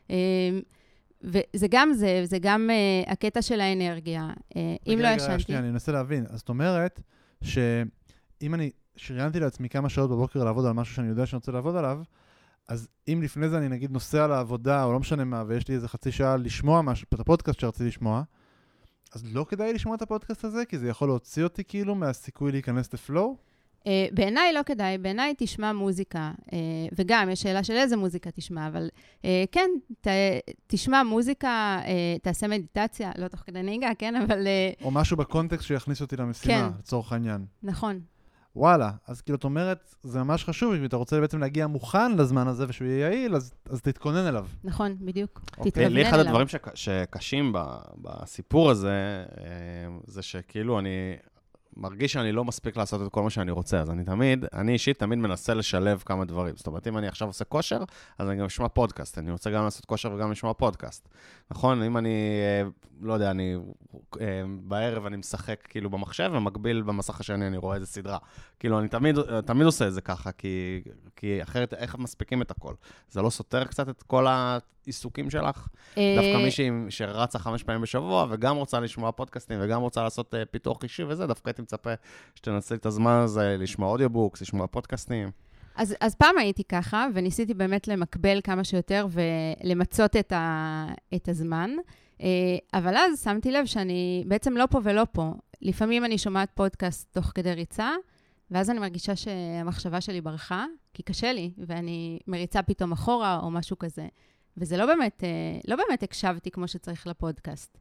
וזה גם זה, זה גם הקטע של האנרגיה. אם לא ישנתי... שנייה, אני אנסה להבין. אז זאת אומרת ש... אם אני שריינתי לעצמי כמה שעות בבוקר לעבוד על משהו שאני יודע שאני רוצה לעבוד עליו, אז אם לפני זה אני נגיד נוסע לעבודה, או לא משנה מה, ויש לי איזה חצי שעה לשמוע משהו, את הפודקאסט שרציתי לשמוע, אז לא כדאי לשמוע את הפודקאסט הזה, כי זה יכול להוציא אותי כאילו מהסיכוי להיכנס לפלואו? Uh, בעיניי לא כדאי, בעיניי תשמע מוזיקה, uh, וגם יש שאלה של איזה מוזיקה תשמע, אבל uh, כן, ת, תשמע מוזיקה, uh, תעשה מדיטציה, לא תוך כדי נהיגה, כן, אבל... Uh, או משהו בקונטקסט שיכניס אותי למשימה, כן. לצורך העניין. נכון. וואלה, אז כאילו את אומרת, זה ממש חשוב, אם אתה רוצה בעצם להגיע מוכן לזמן הזה ושהוא יהיה יעיל, אז, אז תתכונן אליו. נכון, בדיוק. אוקיי. תתכוונן לי אליו. אחד הדברים שק, שקשים ב, בסיפור הזה, זה שכאילו אני מרגיש שאני לא מספיק לעשות את כל מה שאני רוצה, אז אני תמיד, אני אישית תמיד מנסה לשלב כמה דברים. זאת אומרת, אם אני עכשיו עושה כושר, אז אני גם אשמע פודקאסט. אני רוצה גם לעשות כושר וגם לשמוע פודקאסט. נכון? אם אני, לא יודע, אני בערב אני משחק כאילו במחשב, ומקביל במסך השני אני רואה איזה סדרה. כאילו, אני תמיד, תמיד עושה את זה ככה, כי, כי אחרת, איך מספיקים את הכל? זה לא סותר קצת את כל העיסוקים שלך? דווקא מישהי שרצה חמש פעמים בשבוע, וגם רוצה לשמוע פודקאסטים, וגם רוצה לעשות פיתוח אישי וזה, דווקא הייתי מצפה שתנצל את הזמן הזה, לשמוע אודיובוקס, לשמוע פודקאסטים. אז, אז פעם הייתי ככה, וניסיתי באמת למקבל כמה שיותר, ולמצות את, ה, את הזמן. אבל אז שמתי לב שאני בעצם לא פה ולא פה. לפעמים אני שומעת פודקאסט תוך כדי ריצה, ואז אני מרגישה שהמחשבה שלי ברחה, כי קשה לי, ואני מריצה פתאום אחורה או משהו כזה. וזה לא באמת, לא באמת הקשבתי כמו שצריך לפודקאסט.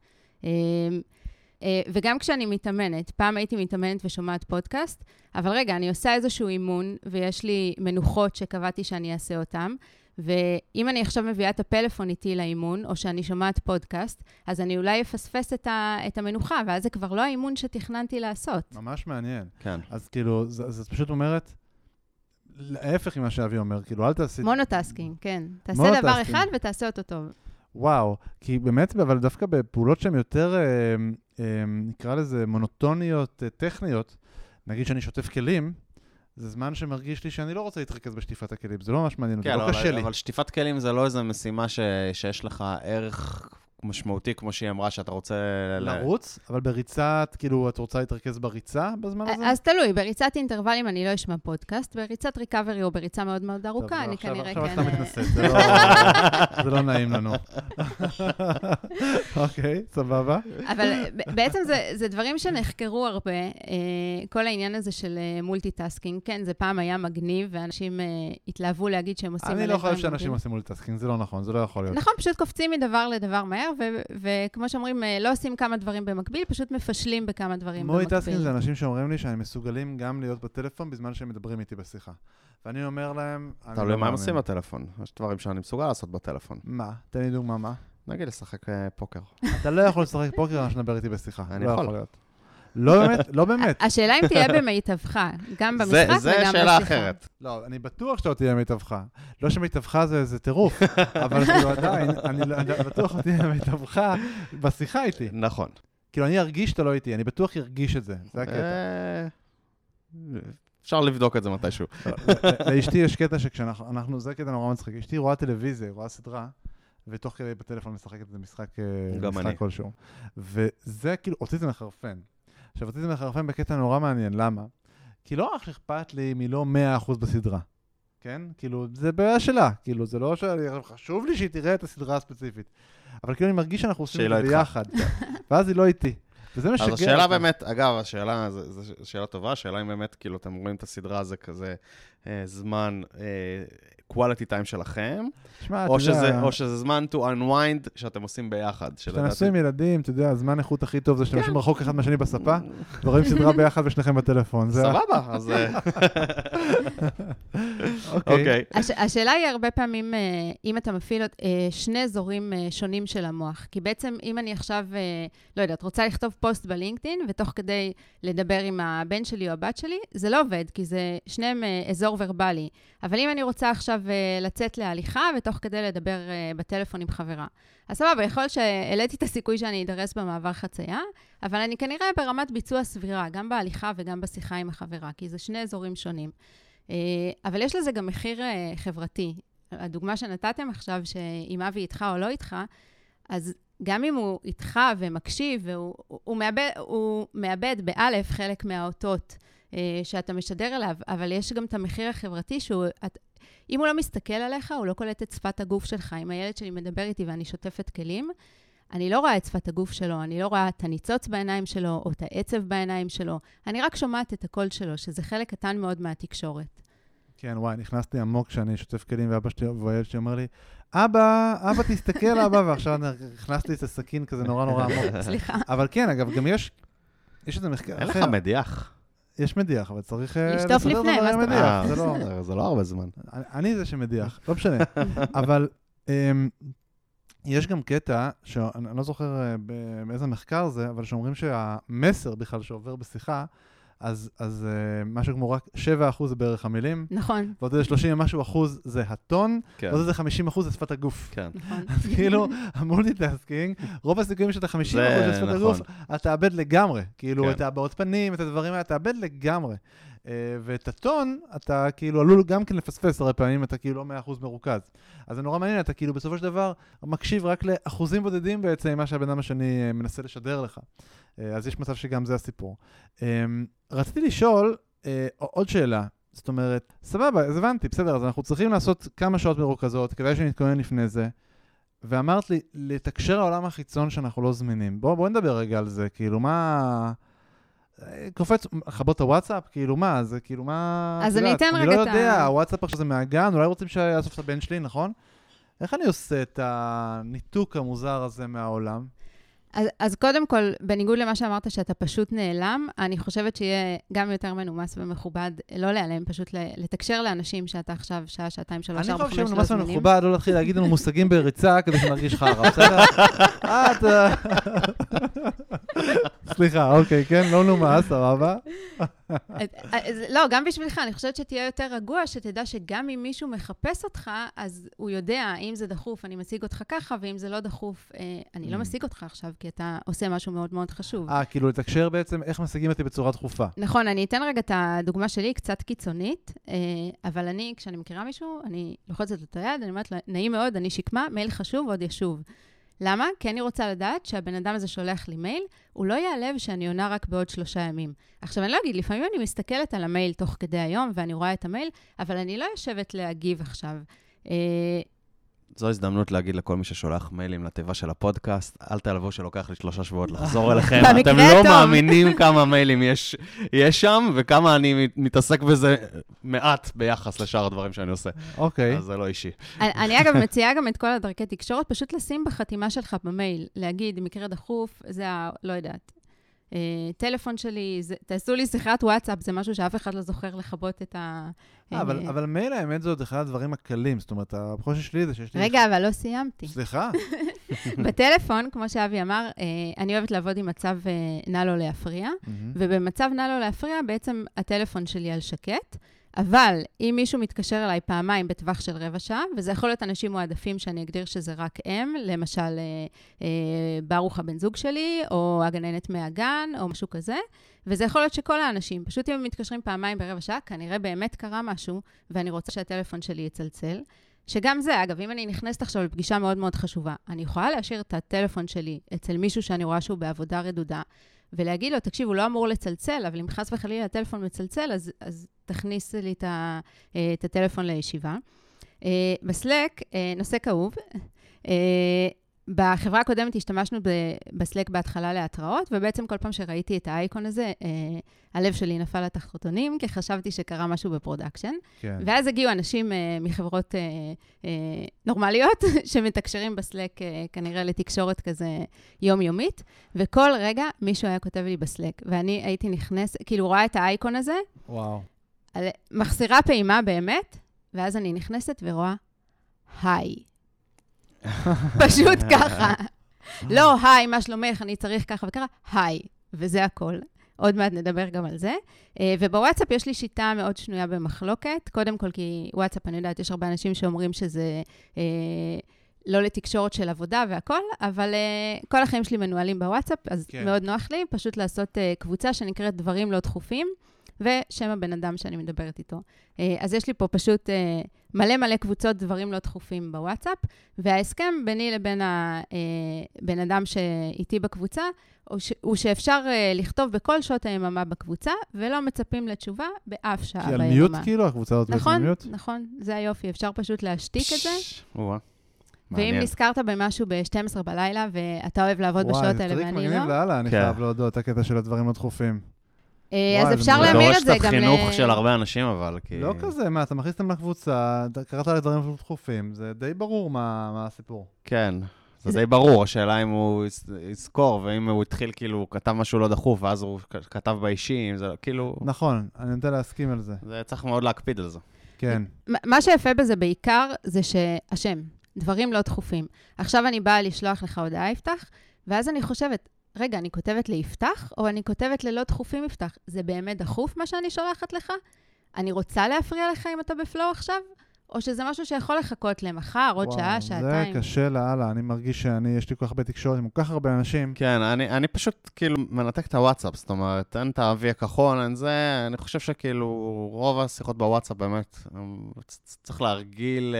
וגם כשאני מתאמנת, פעם הייתי מתאמנת ושומעת פודקאסט, אבל רגע, אני עושה איזשהו אימון, ויש לי מנוחות שקבעתי שאני אעשה אותם, ואם אני עכשיו מביאה את הפלאפון איתי לאימון, או שאני שומעת פודקאסט, אז אני אולי אפספס את, ה, את המנוחה, ואז זה כבר לא האימון שתכננתי לעשות. ממש מעניין. כן. אז כאילו, זאת פשוט אומרת, להפך ממה שאבי אומר, כאילו, אל תעשי... מונוטסקינג, כן. תעשה דבר אחד ותעשה אותו טוב. וואו, כי באמת, אבל דווקא בפעולות שהן יותר, אה, אה, נקרא לזה, מונוטוניות, אה, טכניות, נגיד שאני שוטף כלים, זה זמן שמרגיש לי שאני לא רוצה להתרכז בשטיפת הכלים, זה לא ממש מעניין, כן, זה לא אבל, קשה לי. אבל שטיפת כלים זה לא איזו משימה ש, שיש לך ערך משמעותי, כמו שהיא אמרה, שאתה רוצה... לרוץ, אבל בריצת, כאילו, את רוצה להתרכז בריצה בזמן הזה? אז תלוי, בריצת אינטרוולים אני לא אשמע פודקאסט, בריצת ריקאברי או בריצה מאוד מאוד ארוכה, אני כנראה כן... עכשיו אתה מתנסה, זה לא נעים לנו. אוקיי, סבבה. אבל בעצם זה דברים שנחקרו הרבה, כל העניין הזה של מולטיטאסקינג, כן, זה פעם היה מגניב, ואנשים התלהבו להגיד שהם עושים... אני לא חושב שאנשים עושים מולטיטאסקינג, זה לא נכון, זה לא יכול להיות. נכון, פשוט קופצים מדבר לדבר מהר, וכמו שאומרים, לא עושים כמה דברים במקביל, פשוט מפשלים בכמה דברים במקביל. מולטיטאסקינג זה אנשים שאומרים לי שהם מסוגלים גם להיות בטלפון בזמן שהם מדברים איתי בשיחה. ואני אומר להם... תלוי מה הם עושים בטלפון. יש דברים שאני מסוגל לעשות בטלפון. מה? תן לי דוגמה, מה? נגיד לשחק פוקר. אתה לא יכול לשחק פוקר, אני שנדבר איתי בשיחה. אני יכול. לא באמת, לא באמת. השאלה אם תהיה במיטבך, גם במשחק וגם בשיחה. זה שאלה אחרת. לא, אני בטוח שאתה תהיה מיטבך. לא שמיטבך זה טירוף, אבל כאילו עדיין, אני בטוח שאתה תהיה מיטבך בשיחה איתי. נכון. כאילו, אני ארגיש שאתה לא איתי, אני בטוח ירגיש את זה. זה הקטע. אפשר לבדוק את זה מתישהו. לאשתי יש קטע שכשאנחנו, זה קטע נורא מצחיק. אשתי רואה טלוויזיה, רואה סדרה, ותוך כדי בטלפון משחקת את זה משחק כלשהו. וזה כאילו, אותי זה מחרפן. עכשיו, אותי זה מחרפן בקטע נורא מעניין. למה? כי לא רק אכפת לי מלא מאה אחוז בסדרה. כן? כאילו, זה בעיה שלה. כאילו, זה לא שחשוב לי שהיא תראה את הסדרה הספציפית. אבל כאילו, אני מרגיש שאנחנו עושים את זה ביחד. ואז היא לא איתי. וזה משגע. אז השאלה באמת, אגב, השאלה, זו שאלה טובה, השאלה אם באמת, כאילו, אתם רואים את הסדרה הזה כזה זמן, quality time שלכם, או שזה זמן to unwind שאתם עושים ביחד. כשאתם עושים ילדים, אתה יודע, הזמן איכות הכי טוב זה שאתם יושבים רחוק אחד מהשני בספה, ורואים סדרה ביחד ושניכם בטלפון. סבבה, אז... אוקיי. השאלה היא הרבה פעמים, אם אתה מפעיל שני אזורים שונים של המוח, כי בעצם אם אני עכשיו, לא יודעת, רוצה לכתוב פוסט בלינקדאין, ותוך כדי לדבר עם הבן שלי או הבת שלי, זה לא עובד, כי זה שניהם אזור ורבלי. אבל אם אני רוצה עכשיו לצאת להליכה, ותוך כדי לדבר בטלפון עם חברה. אז סבבה, יכול להיות שהעליתי את הסיכוי שאני אדרס במעבר חצייה, אבל אני כנראה ברמת ביצוע סבירה, גם בהליכה וגם בשיחה עם החברה, כי זה שני אזורים שונים. אבל יש לזה גם מחיר חברתי. הדוגמה שנתתם עכשיו, שאם אבי איתך או לא איתך, אז גם אם הוא איתך ומקשיב, והוא הוא מאבד, הוא מאבד באלף חלק מהאותות שאתה משדר אליו, אבל יש גם את המחיר החברתי שהוא... אם הוא לא מסתכל עליך, הוא לא קולט את שפת הגוף שלך. אם הילד שלי מדבר איתי ואני שוטפת כלים, אני לא רואה את שפת הגוף שלו, אני לא רואה את הניצוץ בעיניים שלו, או את העצב בעיניים שלו. אני רק שומעת את הקול שלו, שזה חלק קטן מאוד מהתקשורת. כן, וואי, נכנסתי עמוק כשאני שוטף כלים, ואבא שלי, והילד שלי אומר לי, אבא, אבא תסתכל, אבא, ועכשיו נכנסתי את הסכין כזה נורא נורא עמוק. סליחה. אבל כן, אגב, גם יש, יש איזה מחקר אחר. אין לך מדיח. יש מדיח, אבל צריך... לשטוף לפני, מה זאת אומרת? זה לא הרבה זמן. אני זה שמדיח, לא משנה. אבל יש גם קטע, שאני לא זוכר באיזה מחקר זה, אבל שאומרים שהמסר בכלל שעובר בשיחה, אז, אז uh, משהו כמו רק שבעה אחוז זה בערך המילים. נכון. ועוד איזה שלושים ומשהו אחוז זה הטון, כן. ועוד איזה חמישים אחוז זה שפת הגוף. כן. נכון. אז כאילו, המולטיטאסקינג, רוב הסיכויים שאתה חמישים אחוז של שפת הגוף, אתה תאבד לגמרי. כאילו, כן. את הבעות פנים, את הדברים האלה, אתה תאבד לגמרי. Uh, ואת הטון, אתה כאילו עלול גם כן לפספס הרבה פעמים, אתה כאילו לא מאה אחוז מרוכז. אז זה נורא מעניין, אתה כאילו בסופו של דבר מקשיב רק לאחוזים בודדים בעצם, מה שהבן אדם השני מנסה לשדר לך. אז יש מצב שגם זה הסיפור. רציתי לשאול עוד שאלה, זאת אומרת, סבבה, אז הבנתי, בסדר, אז אנחנו צריכים לעשות כמה שעות מרוכזות, כדאי שנתכונן לפני זה, ואמרת לי, לתקשר לעולם החיצון שאנחנו לא זמינים. בוא, בוא נדבר רגע על זה, כאילו מה... קופץ, חבות הוואטסאפ, כאילו מה, זה כאילו מה... אז אני אתן רגע את ה... אני לא יודע, הוואטסאפ עכשיו זה מהגן, אולי רוצים שיאסוף את הבן שלי, נכון? איך אני עושה את הניתוק המוזר הזה מהעולם? אז, אז קודם כל, בניגוד למה שאמרת שאתה פשוט נעלם, אני חושבת שיהיה גם יותר מנומס ומכובד, לא להיעלם, פשוט לתקשר לאנשים שאתה עכשיו שעה, שעתיים, שלוש, ארבע, חמש, לא זמינים. אני חושב שמנומס ומכובד, לא להתחיל להגיד לנו מושגים בריצה כדי שנרגיש חרא, בסדר? אתה... סליחה, אוקיי, כן, לא נומס, סבבה. לא, גם בשבילך, אני חושבת שתהיה יותר רגוע, שתדע שגם אם מישהו מחפש אותך, אז הוא יודע, אם זה דחוף, אני משיג אותך ככה, ואם זה לא דחוף, אני לא משיג אותך עכשיו, כי אתה עושה משהו מאוד מאוד חשוב. אה, כאילו לתקשר בעצם איך משיגים אותי בצורה דחופה. נכון, אני אתן רגע את הדוגמה שלי, קצת קיצונית, אבל אני, כשאני מכירה מישהו, אני לוחצת את היד, אני אומרת לה, נעים מאוד, אני שקמה, מייל חשוב, עוד ישוב. למה? כי אני רוצה לדעת שהבן אדם הזה שולח לי מייל, הוא לא יעלב שאני עונה רק בעוד שלושה ימים. עכשיו, אני לא אגיד, לפעמים אני מסתכלת על המייל תוך כדי היום, ואני רואה את המייל, אבל אני לא יושבת להגיב עכשיו. זו הזדמנות להגיד לכל מי ששולח מיילים לתיבה של הפודקאסט, אל תעלבו שלוקח לי שלושה שבועות לחזור אליכם. אתם לא מאמינים כמה מיילים יש, יש שם, וכמה אני מתעסק בזה מעט ביחס לשאר הדברים שאני עושה. אוקיי. אז זה לא אישי. אני אגב מציעה גם את כל הדרכי תקשורת, פשוט לשים בחתימה שלך במייל, להגיד, מקרה דחוף, זה ה... לא יודעת. טלפון שלי, תעשו לי שיחת וואטסאפ, זה משהו שאף אחד לא זוכר לחבות את ה... אבל מייל האמת זאת אחד הדברים הקלים, זאת אומרת, הבחוש שלי זה שיש לי... רגע, אבל לא סיימתי. סליחה. בטלפון, כמו שאבי אמר, אני אוהבת לעבוד עם מצב נא לא להפריע, ובמצב נא לא להפריע, בעצם הטלפון שלי על שקט, אבל אם מישהו מתקשר אליי פעמיים בטווח של רבע שעה, וזה יכול להיות אנשים מועדפים שאני אגדיר שזה רק הם, למשל אה, אה, ברוך הבן זוג שלי, או הגננת מהגן, או משהו כזה, וזה יכול להיות שכל האנשים, פשוט אם הם מתקשרים פעמיים ברבע שעה, כנראה באמת קרה משהו, ואני רוצה שהטלפון שלי יצלצל, שגם זה, אגב, אם אני נכנסת עכשיו לפגישה מאוד מאוד חשובה, אני יכולה להשאיר את הטלפון שלי אצל מישהו שאני רואה שהוא בעבודה רדודה, ולהגיד לו, תקשיב, הוא לא אמור לצלצל, אבל אם חס וחלילה הטלפון מצלצל, אז, אז תכניס לי את, ה, את הטלפון לישיבה. בסלק, נושא כאוב. בחברה הקודמת השתמשנו בסלק בהתחלה להתראות, ובעצם כל פעם שראיתי את האייקון הזה, הלב שלי נפל לתחתונים, כי חשבתי שקרה משהו בפרודקשן. כן. ואז הגיעו אנשים מחברות נורמליות, שמתקשרים בסלק כנראה לתקשורת כזה יומיומית, וכל רגע מישהו היה כותב לי בסלק, ואני הייתי נכנס, כאילו רואה את האייקון הזה, וואו. מחסירה פעימה באמת, ואז אני נכנסת ורואה, היי. פשוט ככה. לא, היי, מה שלומך, אני צריך ככה וככה, היי, וזה הכל. עוד מעט נדבר גם על זה. ובוואטסאפ יש לי שיטה מאוד שנויה במחלוקת. קודם כל, כי וואטסאפ, אני יודעת, יש הרבה אנשים שאומרים שזה לא לתקשורת של עבודה והכל, אבל כל החיים שלי מנוהלים בוואטסאפ, אז מאוד נוח לי פשוט לעשות קבוצה שנקראת דברים לא דחופים, ושם הבן אדם שאני מדברת איתו. אז יש לי פה פשוט מלא מלא קבוצות דברים לא דחופים בוואטסאפ, וההסכם ביני לבין הבן אדם שאיתי בקבוצה, הוא שאפשר לכתוב בכל שעות היממה בקבוצה, ולא מצפים לתשובה באף שעה ביממה. כי על מיוט כאילו, הקבוצה הזאת בעצם מיוט? נכון, נכון, זה היופי, אפשר פשוט להשתיק את זה. ואם נזכרת במשהו ב-שתים עשרה בלילה, ואתה אוהב לעבוד בשעות האלה, ואני לא... וואי, זה טריק מגניב לאללה, אני חייב להודות, הקטע של הדברים לא דחופים. אז אפשר להמיר את זה גם... זה דורש את החינוך של הרבה אנשים, אבל... לא כזה, מה, אתה מכניס אותם לקבוצה, קראת על דברים דחופים, זה די ברור מה הסיפור. כן, זה די ברור, השאלה אם הוא יזכור, ואם הוא התחיל כאילו, כתב משהו לא דחוף, ואז הוא כתב באישי, זה כאילו... נכון, אני נוטה להסכים על זה. זה צריך מאוד להקפיד על זה. כן. מה שיפה בזה בעיקר, זה שהשם, דברים לא דחופים. עכשיו אני באה לשלוח לך הודעה יפתח, ואז אני חושבת, רגע, אני כותבת ליפתח, או אני כותבת ללא דחופים יפתח? זה באמת דחוף מה שאני שולחת לך? אני רוצה להפריע לך אם אתה בפלואו עכשיו? או שזה משהו שיכול לחכות למחר, עוד וואו, שעה, שעתיים? זה קשה לאללה, אני מרגיש שאני, יש לי כל כך הרבה תקשורת עם כל כך הרבה אנשים. כן, אני, אני פשוט כאילו מנתק את הוואטסאפ, זאת אומרת, אין את האבי הכחול, אין זה, אני חושב שכאילו רוב השיחות בוואטסאפ באמת, צריך להרגיל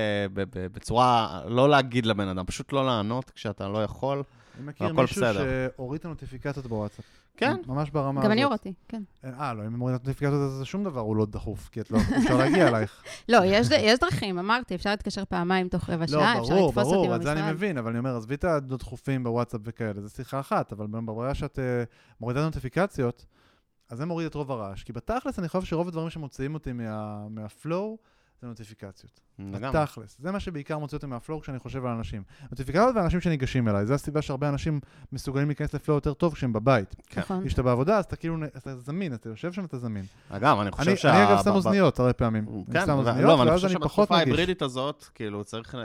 בצורה, לא להגיד לבן אדם, פשוט לא לענות כשאתה לא יכול. אני מכיר מישהו שהוריד את הנוטיפיקציות בוואטסאפ. כן. ממש ברמה הזאת. גם אני הורדתי, כן. אה, לא, אם הם הוריד את הנוטיפיקציות, זה שום דבר, הוא לא דחוף, כי את לא אפשר להגיע אלייך. לא, יש דרכים, אמרתי, אפשר להתקשר פעמיים תוך רבע שעה, אפשר לתפוס אותי במשרד. לא, ברור, ברור, את זה אני מבין, אבל אני אומר, עזבי את הדחופים בוואטסאפ וכאלה, זה שיחה אחת, אבל בבריאה שאת מורידה נוטיפיקציות, אז זה מוריד את רוב הרעש, כי בתכלס אני חושב שרוב הדברים שמוציאים אותי מהפלואו, זה נוטיפיקציות. בתכלס. זה מה שבעיקר מוציא אותי מהפלואו כשאני חושב על אנשים. נוטיפיקציות ואנשים שניגשים אליי. זו הסיבה שהרבה אנשים מסוגלים להיכנס לפלואו יותר טוב כשהם בבית. נכון. כשאתה בעבודה, אז אתה כאילו, אתה זמין, אתה יושב שם, אתה זמין. אגב, אני חושב שה... אני אגב שם אוזניות הרבה פעמים. כן, אני שם אוזניות, לא, ואני ואז חושב אני פחות שבתקופה מרגיש. ההיברידית הזאת, כאילו, צריך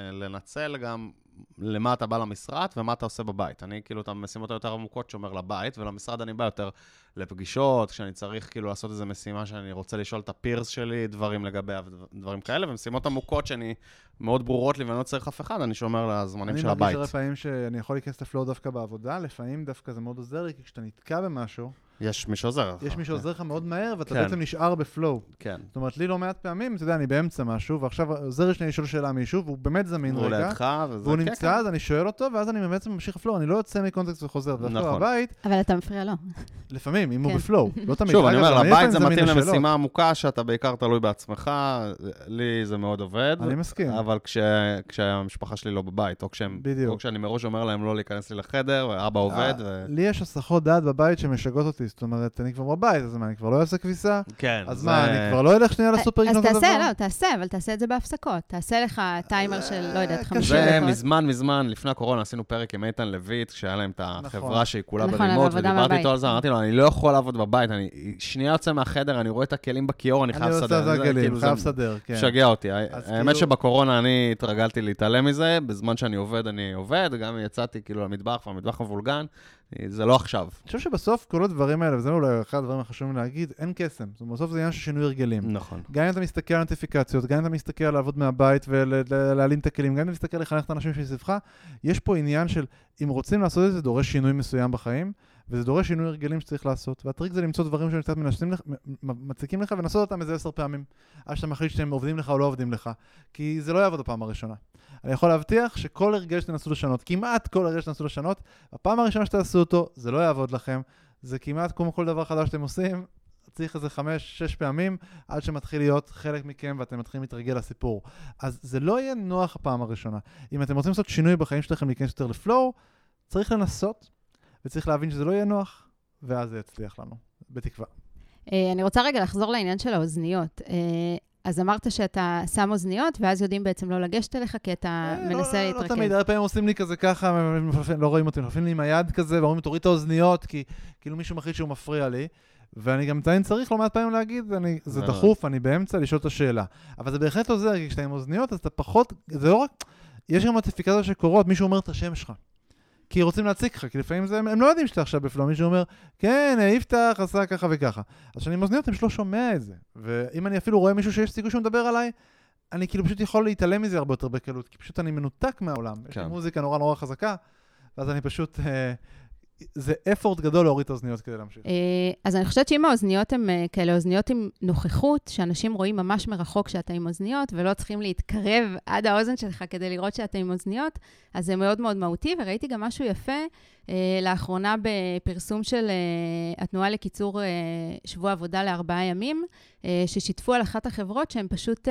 לנצל גם למה אתה בא למשרד ומה אתה עושה בבית. אני כאילו את המשימות היותר עמוקות שומר לבית, ולמשרד אני בא יותר לפגישות, כשאני צריך כאילו לעשות איזו משימה שאני רוצה לשאול את הפירס שלי, דברים לגביה ודברים כאלה, ומשימות עמוקות שאני מאוד ברורות לי ואני לא צריך אף אחד, אני שומר לזמנים של הבית. אני מרגיש הרבה פעמים שאני יכול להיכנס לפלואו דווקא בעבודה, לפעמים דווקא זה מאוד עוזר לי, כי כשאתה נתקע במשהו, יש מי שעוזר לך. יש מי שעוזר לך מאוד מהר, ואתה כן. בעצם נשאר בפלואו. כן. זאת אומרת, לי לא מעט פעמים, אתה יודע, אני באמצע משהו, ועכשיו עוזר שלי לשאול שאלה מישהו, והוא באמת זמין רגע. הוא לידך, וזה... והוא כן, נמצא, אז אני שואל אותו, ואז אני בעצם ממשיך לפלואו, אני לא יוצא מקונטקסט וחוזר. נכון. בבית, אבל אתה מפריע לו. לפעמים, אם הוא כן. בפלואו. לא תמיד. שוב, אני אגב, אומר, אני לבית לפעמים זה זמין מתאים לשאלות. למשימה עמוקה, שאתה בעיקר תלוי בעצמך, לי זה מאוד עובד. אני מסכים. אבל כש- כשהמשפחה שלי לא בבית, או כשהם- בדיוק. או כשאני מראש אומר להם לא להיכנס לי לחדר, ואבא עובד, ו... לי יש הסחות דעת בבית שמשגעות אותי, זאת אומרת, אני כבר בבית, אז מה, אני כבר לא אעשה כביסה? כן, אז זה- מה, אני כבר לא אלך שנייה לסופר אז לקנות את הדבר? תעשה, לא, תעשה, אבל תעשה את זה בהפסקות. תעשה לך טיימר של, לא יודעת, חמישים זה דקות. מזמן, מזמן, לפני הקורונה עשינו פרק עם איתן לויט, כשהיה להם את החברה שהיא כולה נכון, ברימוט, עבודה ודיברתי מהבית. איתו על זה, אמרתי לו, אני לא יכול לעבוד בבית, אני שנייה יוצא מהחדר, אני רואה את הכלים בכיור, אני חייב אני לסדר. עושה את זה הכלים, כאילו, חייב זה לסדר, כן. משגע אותי. אז האמת כאילו- שבקורונה אני התרגלתי להתעלם מזה, בזמן שאני עובד, אני עובד, גם יצאתי כאילו למטבח, והמטבח מבולגן, זה לא עכשיו. אני חושב שבסוף כל הדברים האלה, וזה אולי אחד הדברים החשובים להגיד, אין קסם. זאת אומרת, בסוף זה עניין של שינוי הרגלים. נכון. גם אם אתה מסתכל על נוטיפיקציות, גם אם אתה מסתכל על לעבוד מהבית ולהעלים את הכלים, גם אם אתה מסתכל לחנך את האנשים שמסביבך, יש פה עניין של, אם רוצים לעשות את זה, דורש שינוי מסוים בחיים, וזה דורש שינוי הרגלים שצריך לעשות, והטריק זה למצוא דברים שהם קצת מנסים לך, מציקים לך, ונסות אותם איזה עשר פעמים, עד שאתה מחליט שהם עובדים לך או לא עובדים לך, כי זה לא יעבוד הפעם הראשונה. אני יכול להבטיח שכל הרגל שתנסו לשנות, כמעט כל הרגל שתנסו לשנות, הפעם הראשונה שתעשו אותו, זה לא יעבוד לכם, זה כמעט כמו כל דבר חדש שאתם עושים, צריך איזה חמש, שש פעמים, עד שמתחיל להיות חלק מכם ואתם מתחילים להתרגל לסיפור. אז זה לא יהיה נוח הפעם הראשונה. אם אתם רוצים לעשות שינוי בחיים שלכם, להיכנס יותר לפלואו, צריך לנסות, וצריך להבין שזה לא יהיה נוח, ואז זה יצליח לנו, בתקווה. אני רוצה רגע לחזור לעניין של האוזניות. אז אמרת שאתה שם אוזניות, ואז יודעים בעצם לא לגשת אליך, כי אתה מנסה להתרכז. לא תמיד, הרבה פעמים עושים לי כזה ככה, לא רואים אותי, מפעילים לי עם היד כזה, ואומרים, תוריד את האוזניות, כי כאילו מישהו מחליט שהוא מפריע לי, ואני גם תמיד צריך לא מעט פעמים להגיד, זה דחוף, אני באמצע לשאול את השאלה. אבל זה בהחלט עוזר, כי כשאתה עם אוזניות, אז אתה פחות, זה לא רק, יש גם נוטיפיקציות שקורות, מישהו אומר את השם שלך. כי רוצים להציק לך, כי לפעמים זה, הם לא יודעים שאתה עכשיו בפלואו, מישהו אומר, כן, יפתח, עשה ככה וככה. אז כשאני עם אוזניות, אני לא שומע את זה. ואם אני אפילו רואה מישהו שיש סיכוי שהוא מדבר עליי, אני כאילו פשוט יכול להתעלם מזה הרבה יותר בקלות, כי פשוט אני מנותק מהעולם. יש לי מוזיקה נורא נורא חזקה, ואז אני פשוט, זה אפורט גדול להוריד את האוזניות כדי להמשיך. אז אני חושבת שאם האוזניות הן כאלה אוזניות עם נוכחות, שאנשים רואים ממש מרחוק שאתה עם אוזניות, ולא צריכים להתקרב עד האוזן שלך כדי לראות שאתה עם אוזניות, אז זה מאוד מאוד מהותי, וראיתי גם משהו יפה לאחרונה בפרסום של התנועה לקיצור שבוע עבודה לארבעה ימים, ששיתפו על אחת החברות שהן פשוט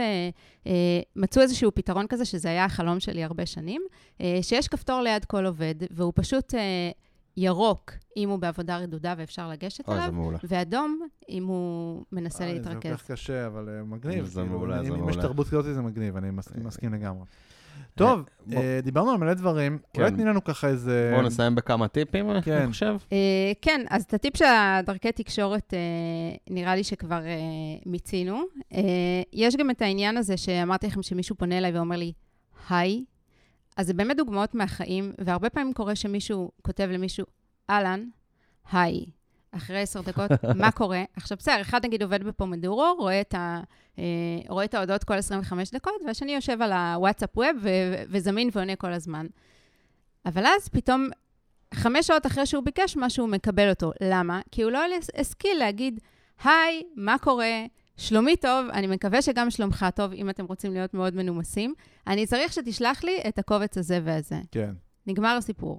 מצאו איזשהו פתרון כזה, שזה היה החלום שלי הרבה שנים, שיש כפתור ליד כל עובד, והוא פשוט ירוק, אם הוא בעבודה רדודה ואפשר לגשת אוי, אליו, זה מעולה. ואדום, אם הוא מנסה אוי, להתרכז. זה לוקח קשה, אבל מגניב. זה כאילו, מעולה, זה אם יש מעולה. תרבות כזאת, זה מגניב, אני מסכים, מסכים לגמרי. טוב, אה, דיברנו על מלא דברים, אולי כן. תני לנו ככה איזה... בואו נסיים בכמה טיפים, כן. אני חושב. אה, כן, אז את הטיפ של הדרכי תקשורת, אה, נראה לי שכבר אה, מיצינו. אה, יש גם את העניין הזה שאמרתי לכם שמישהו פונה אליי ואומר לי, היי, אז זה באמת דוגמאות מהחיים, והרבה פעמים קורה שמישהו כותב למישהו, אהלן, היי, אחרי עשר דקות, מה קורה? עכשיו בסדר, אחד נגיד עובד בפומדורו, רואה את, ה, אה, רואה את ההודעות כל עשרים וחמש דקות, והשני יושב על הוואטסאפ ווב ו- וזמין ועונה כל הזמן. אבל אז פתאום, חמש שעות אחרי שהוא ביקש משהו, הוא מקבל אותו. למה? כי הוא לא השכיל להגיד, היי, מה קורה? שלומי טוב, אני מקווה שגם שלומך טוב, אם אתם רוצים להיות מאוד מנומסים. אני צריך שתשלח לי את הקובץ הזה והזה. כן. נגמר הסיפור.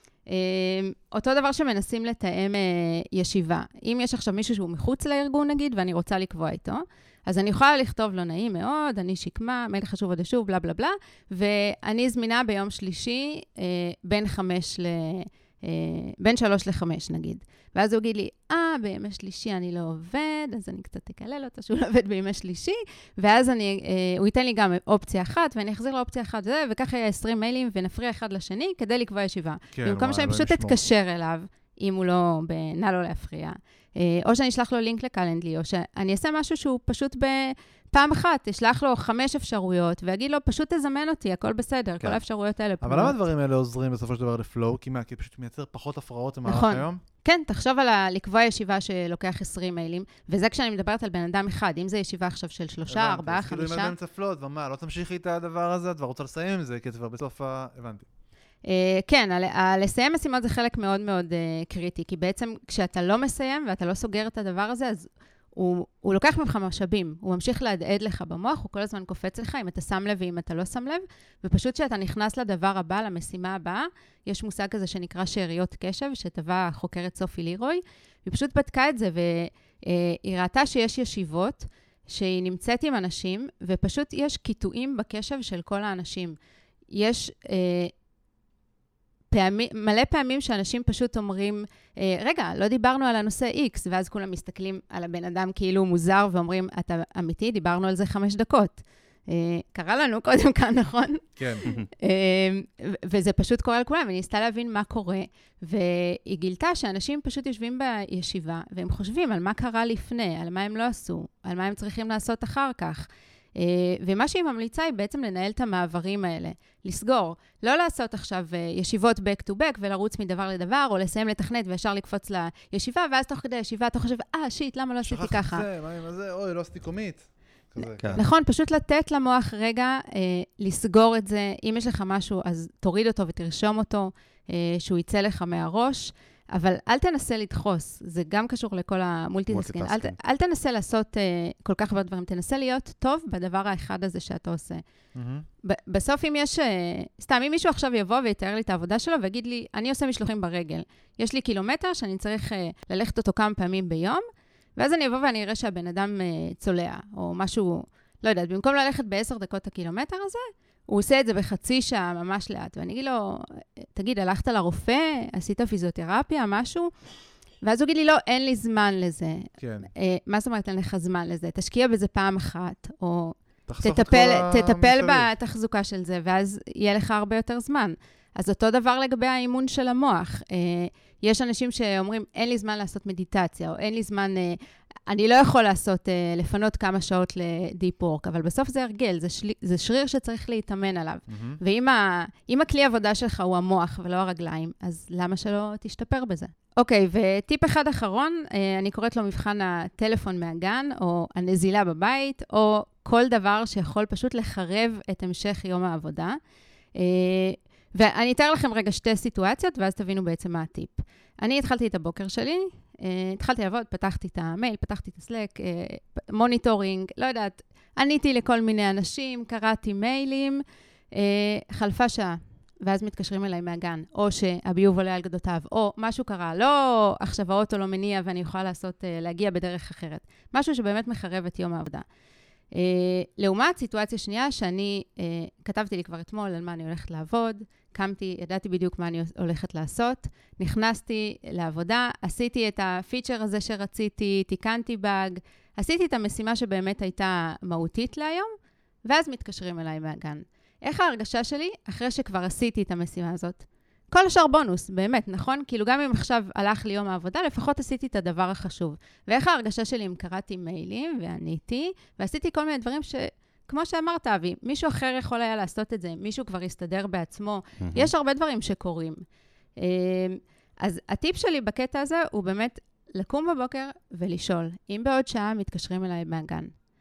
אותו דבר שמנסים לתאם ישיבה. אם יש עכשיו מישהו שהוא מחוץ לארגון, נגיד, ואני רוצה לקבוע איתו, אז אני יכולה לכתוב לו נעים מאוד, אני שקמה, מייל חשוב עד שוב, בלה בלה בלה, ואני זמינה ביום שלישי בין חמש ל... בין שלוש לחמש, נגיד. ואז הוא יגיד לי, אה, בימי שלישי אני לא עובד, אז אני קצת אקלל אותו שהוא לא עובד בימי שלישי, ואז אני, אה, הוא ייתן לי גם אופציה אחת, ואני אחזיר לו אופציה אחת, וזה, וככה יהיה עשרים מיילים, ונפריע אחד לשני, כדי לקבוע ישיבה. כן, במקום שאני פשוט אתקשר אליו, אם הוא לא, נא לא להפריע. אה, או שאני אשלח לו לינק לקלנדלי, או שאני אעשה משהו שהוא פשוט בפעם אחת, אשלח לו חמש אפשרויות, ואגיד לו, פשוט תזמן אותי, הכל בסדר, כן. כל האפשרויות האלה פנויות. אבל למה הדברים האלה עוזרים בסופו של דבר לפלואו? כי מה, כי פשוט מייצר פחות הפרעות במהלך נכון. היום? כן, תחשוב על ה- לקבוע ישיבה שלוקח עשרים מיילים, וזה כשאני מדברת על בן אדם אחד, אם זה ישיבה עכשיו של שלושה, ארבעה, חמישה. כאילו אם באמצע פלוט, ומה, לא תמשיכי את הדבר הזה, את כבר רוצה לסיים עם זה, כי זה כבר בסוף ה... הבנתי. כן, לסיים משימות זה חלק מאוד מאוד קריטי, כי בעצם כשאתה לא מסיים ואתה לא סוגר את הדבר הזה, אז הוא, הוא לוקח ממך משאבים, הוא ממשיך להדהד לך במוח, הוא כל הזמן קופץ לך, אם אתה שם לב ואם אתה לא שם לב, ופשוט כשאתה נכנס לדבר הבא, למשימה הבאה, יש מושג כזה שנקרא שאריות קשב, שטבע חוקרת סופי לירוי, היא פשוט בדקה את זה, והיא ראתה שיש ישיבות, שהיא נמצאת עם אנשים, ופשוט יש קיטועים בקשב של כל האנשים. יש אה, פעמים, מלא פעמים שאנשים פשוט אומרים, אה, רגע, לא דיברנו על הנושא X, ואז כולם מסתכלים על הבן אדם כאילו מוזר, ואומרים, אתה אמיתי, דיברנו על זה חמש דקות. אה, קרה לנו קודם כאן, נכון? כן. אה, וזה פשוט קורה לכולם, והיא ניסתה להבין מה קורה, והיא גילתה שאנשים פשוט יושבים בישיבה, והם חושבים על מה קרה לפני, על מה הם לא עשו, על מה הם צריכים לעשות אחר כך. ומה שהיא ממליצה היא בעצם לנהל את המעברים האלה, לסגור, לא לעשות עכשיו ישיבות back to back ולרוץ מדבר לדבר, או לסיים לתכנת וישר לקפוץ לישיבה, ואז תוך כדי ישיבה אתה חושב, אה, שיט, למה לא עשיתי ככה? שכחתי זה, מה עם זה? אוי, לא עשיתי קומית. נכון, פשוט לתת למוח רגע, לסגור את זה, אם יש לך משהו, אז תוריד אותו ותרשום אותו, שהוא יצא לך מהראש, אבל אל תנסה לדחוס, זה גם קשור לכל המולטיטאסקינג. אל, אל תנסה לעשות uh, כל כך הרבה דברים, תנסה להיות טוב בדבר האחד הזה שאתה עושה. Mm-hmm. ב- בסוף אם יש, uh, סתם, אם מישהו עכשיו יבוא ויתאר לי את העבודה שלו ויגיד לי, אני עושה משלוחים ברגל, יש לי קילומטר שאני צריך uh, ללכת אותו כמה פעמים ביום, ואז אני אבוא ואני אראה שהבן אדם uh, צולע, או משהו, לא יודעת, במקום ללכת בעשר דקות הקילומטר הזה, הוא עושה את זה בחצי שעה, ממש לאט, ואני אגיד לו, תגיד, הלכת לרופא, עשית פיזיותרפיה, משהו? ואז הוא יגיד לי, לא, אין לי זמן לזה. כן. מה זאת אומרת, אין לך זמן לזה? תשקיע בזה פעם אחת, או תטפל, תטפל בתחזוקה של זה, ואז יהיה לך הרבה יותר זמן. אז אותו דבר לגבי האימון של המוח. יש אנשים שאומרים, אין לי זמן לעשות מדיטציה, או אין לי זמן, אני לא יכול לעשות, לפנות כמה שעות לדיפ וורק, אבל בסוף זה הרגל, זה, של, זה שריר שצריך להתאמן עליו. Mm-hmm. ואם ה, אם הכלי עבודה שלך הוא המוח ולא הרגליים, אז למה שלא תשתפר בזה? אוקיי, וטיפ אחד אחרון, אני קוראת לו מבחן הטלפון מהגן, או הנזילה בבית, או כל דבר שיכול פשוט לחרב את המשך יום העבודה. ואני אתאר לכם רגע שתי סיטואציות, ואז תבינו בעצם מה הטיפ. אני התחלתי את הבוקר שלי, התחלתי לעבוד, פתחתי את המייל, פתחתי את הסלק, מוניטורינג, לא יודעת, עניתי לכל מיני אנשים, קראתי מיילים, חלפה שעה, ואז מתקשרים אליי מהגן, או שהביוב עולה על גדותיו, או משהו קרה, לא עכשיו האוטו לא מניע ואני יכולה לעשות, להגיע בדרך אחרת. משהו שבאמת מחרב את יום העבודה. Uh, לעומת סיטואציה שנייה שאני uh, כתבתי לי כבר אתמול על מה אני הולכת לעבוד, קמתי, ידעתי בדיוק מה אני הולכת לעשות, נכנסתי לעבודה, עשיתי את הפיצ'ר הזה שרציתי, תיקנתי באג, עשיתי את המשימה שבאמת הייתה מהותית להיום, ואז מתקשרים אליי מהגן. איך ההרגשה שלי אחרי שכבר עשיתי את המשימה הזאת? כל השאר בונוס, באמת, נכון? כאילו גם אם עכשיו הלך לי יום העבודה, לפחות עשיתי את הדבר החשוב. ואיך ההרגשה שלי אם קראתי מיילים ועניתי, ועשיתי כל מיני דברים שכמו שאמרת, אבי, מישהו אחר יכול היה לעשות את זה, מישהו כבר יסתדר בעצמו. Mm-hmm. יש הרבה דברים שקורים. אז הטיפ שלי בקטע הזה הוא באמת לקום בבוקר ולשאול, אם בעוד שעה מתקשרים אליי מהגן.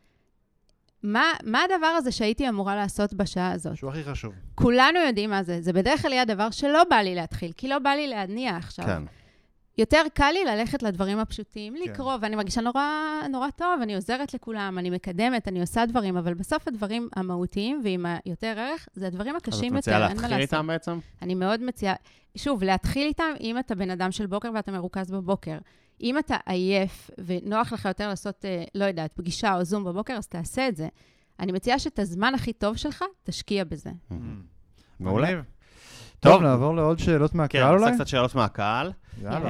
מה, מה הדבר הזה שהייתי אמורה לעשות בשעה הזאת? שהוא הכי חשוב. כולנו יודעים מה זה. זה בדרך כלל יהיה הדבר שלא בא לי להתחיל, כי לא בא לי להניע עכשיו. כן. יותר קל לי ללכת לדברים הפשוטים, כן. לקרוא, ואני מרגישה נורא, נורא טוב, אני עוזרת לכולם, אני מקדמת, אני עושה דברים, אבל בסוף הדברים המהותיים ועם היותר ערך, זה הדברים הקשים יותר. אז את מציעה להתחיל איתם בעצם? אני מאוד מציעה, שוב, להתחיל איתם אם אתה בן אדם של בוקר ואתה מרוכז בבוקר. אם אתה עייף ונוח לך יותר לעשות, לא יודעת, פגישה או זום בבוקר, אז תעשה את זה. אני מציעה שאת הזמן הכי טוב שלך, תשקיע בזה. מעולה. טוב, נעבור לעוד שאלות מהקהל אולי? כן, נעשה קצת שאלות מהקהל. יאללה.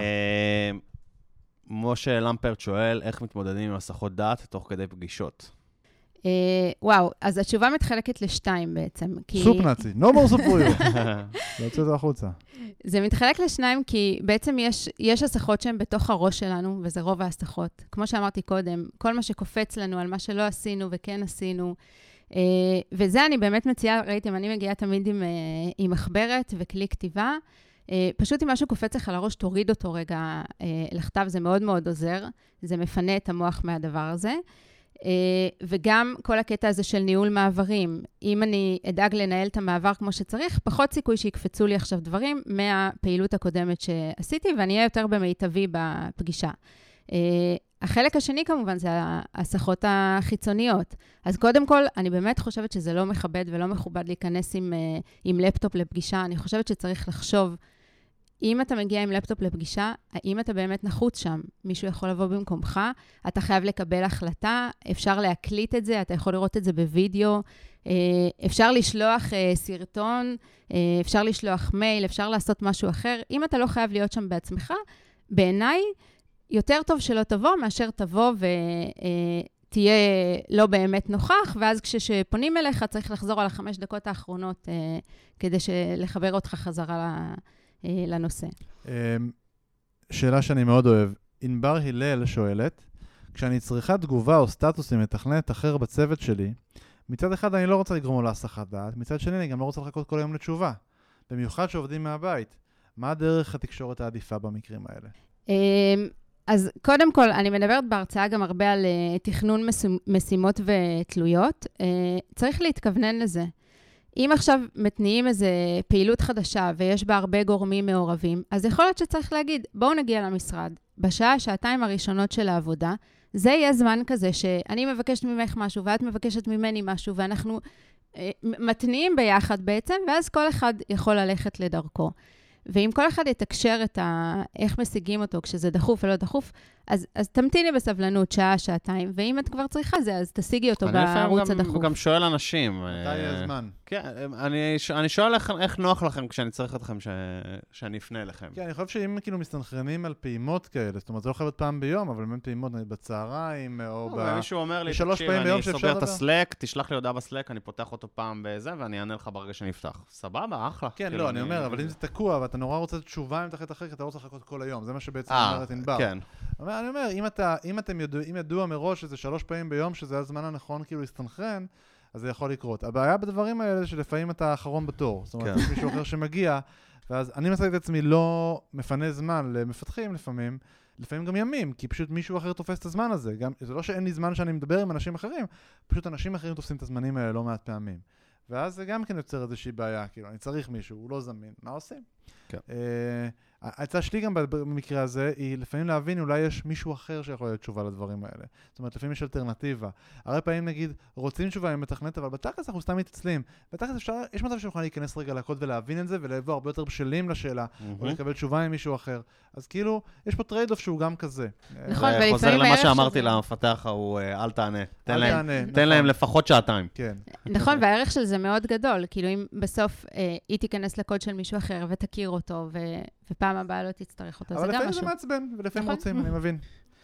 משה למפרט שואל, איך מתמודדים עם הסחות דעת תוך כדי פגישות? וואו, אז התשובה מתחלקת לשתיים בעצם. סופ נאצי, no more soup for you. יוצא את החוצה. זה מתחלק לשניים כי בעצם יש, יש הסחות שהן בתוך הראש שלנו, וזה רוב ההסחות. כמו שאמרתי קודם, כל מה שקופץ לנו על מה שלא עשינו וכן עשינו, וזה אני באמת מציעה, ראיתם, אני מגיעה תמיד עם, עם מחברת וכלי כתיבה, פשוט אם משהו קופץ לך לראש, תוריד אותו רגע לכתב, זה מאוד מאוד עוזר, זה מפנה את המוח מהדבר הזה. וגם כל הקטע הזה של ניהול מעברים. אם אני אדאג לנהל את המעבר כמו שצריך, פחות סיכוי שיקפצו לי עכשיו דברים מהפעילות הקודמת שעשיתי, ואני אהיה יותר במיטבי בפגישה. החלק השני כמובן זה ההסחות החיצוניות. אז קודם כל, אני באמת חושבת שזה לא מכבד ולא מכובד להיכנס עם, עם לפטופ לפגישה. אני חושבת שצריך לחשוב, אם אתה מגיע עם לפטופ לפגישה, האם אתה באמת נחוץ שם? מישהו יכול לבוא במקומך, אתה חייב לקבל החלטה, אפשר להקליט את זה, אתה יכול לראות את זה בווידאו, אפשר לשלוח סרטון, אפשר לשלוח מייל, אפשר לעשות משהו אחר. אם אתה לא חייב להיות שם בעצמך, בעיניי, יותר טוב שלא תבוא, מאשר תבוא ותהיה לא באמת נוכח, ואז כשפונים אליך צריך לחזור על החמש דקות האחרונות, כדי לחבר אותך חזרה לנושא. שאלה שאני מאוד אוהב. ענבר הלל שואלת, כשאני צריכה תגובה או סטטוס עם מתכנת אחר בצוות שלי, מצד אחד אני לא רוצה לגרום לו להסחת דעת, מצד שני אני גם לא רוצה לחכות כל היום לתשובה. במיוחד שעובדים מהבית. מה הדרך התקשורת העדיפה במקרים האלה? אז קודם כל, אני מדברת בהרצאה גם הרבה על תכנון משימות ותלויות. צריך להתכוונן לזה. אם עכשיו מתניעים איזו פעילות חדשה ויש בה הרבה גורמים מעורבים, אז יכול להיות שצריך להגיד, בואו נגיע למשרד. בשעה, שעתיים הראשונות של העבודה, זה יהיה זמן כזה שאני מבקשת ממך משהו ואת מבקשת ממני משהו, ואנחנו מתניעים ביחד בעצם, ואז כל אחד יכול ללכת לדרכו. ואם כל אחד יתקשר את ה... איך משיגים אותו כשזה דחוף ולא דחוף, אז, אז תמתיני בסבלנות שעה, שעתיים, ואם את כבר צריכה זה, אז תשיגי אותו בערוץ הדחוף. אני גם שואל אנשים. מתי יהיה זמן? כן, אני, אני שואל איך, איך נוח לכם כשאני צריך אתכם ש... שאני אפנה אליכם. כן, אני חושב שאם כאילו מסתנכרנים על פעימות כאלה, זאת אומרת, זה לא חייב להיות פעם ביום, אבל באמת פעימות בצהריים, או ב... מישהו אומר לי, תקשיב, אני סוגר את הסלק, תשלח לי הודעה בסלק, אני פותח אותו פעם בזה, ואני אענה לך ברגע שאני אפתח. סבבה, אחלה. כן, לא, אני אומר, אבל אם זה תקוע, ואתה נורא רוצה תשובה עם תחת אחר, כי אתה רוצה לחכות כל היום. זה מה שבעצם אומרת ענבר. כן. אני אומר, אם אתה, אם אתם ידוע, אם ידוע מראש שזה שלוש פעמים ביום, שזה הזמן הנכון כאילו להסתנכרן, אז זה יכול לקרות. הבעיה בדברים האלה שלפעמים אתה האחרון בתור. זאת אומרת, יש מישהו אחר שמגיע, ואז אני מצאתי את עצמי לא מפנה זמן למפתחים לפעמים, לפעמים גם ימים, כי פשוט מישהו אחר תופס את הזמן הזה. גם, זה לא שאין לי זמן שאני מדבר עם אנשים אחרים, פשוט אנשים אחרים תופסים את הזמנים האלה לא מעט פעמים. ואז זה גם כן יוצר איזושהי בעיה, כאילו, אני צריך מישהו, הוא לא זמין, מה עושים? כן. ההצעה שלי גם במקרה הזה, היא לפעמים להבין, אולי יש מישהו אחר שיכול להיות תשובה לדברים האלה. זאת אומרת, לפעמים יש אלטרנטיבה. הרבה פעמים נגיד, רוצים תשובה עם מתכנת, אבל בתכלס אנחנו סתם מתעצלים. בתכלס אפשר, יש מצב שנוכל להיכנס רגע לקוד ולהבין את זה, ולבוא הרבה יותר בשלים לשאלה, או לקבל תשובה עם מישהו אחר. אז כאילו, יש פה טרייד-אוף שהוא גם כזה. נכון, ולפעמים חוזר למה שאמרתי למפתח, הוא אל תענה. תן להם לפחות שעתיים. כן. נכון, והערך של זה מאוד גדול. כאילו, אם בסוף היא תיכנס לקוד של מישהו אחר ותכיר אותו, ופעם הבאה לא תצטרך אותו, זה גם משהו. אבל לפעמים זה מעצבן, ולפעמים רוצים, אני מבין.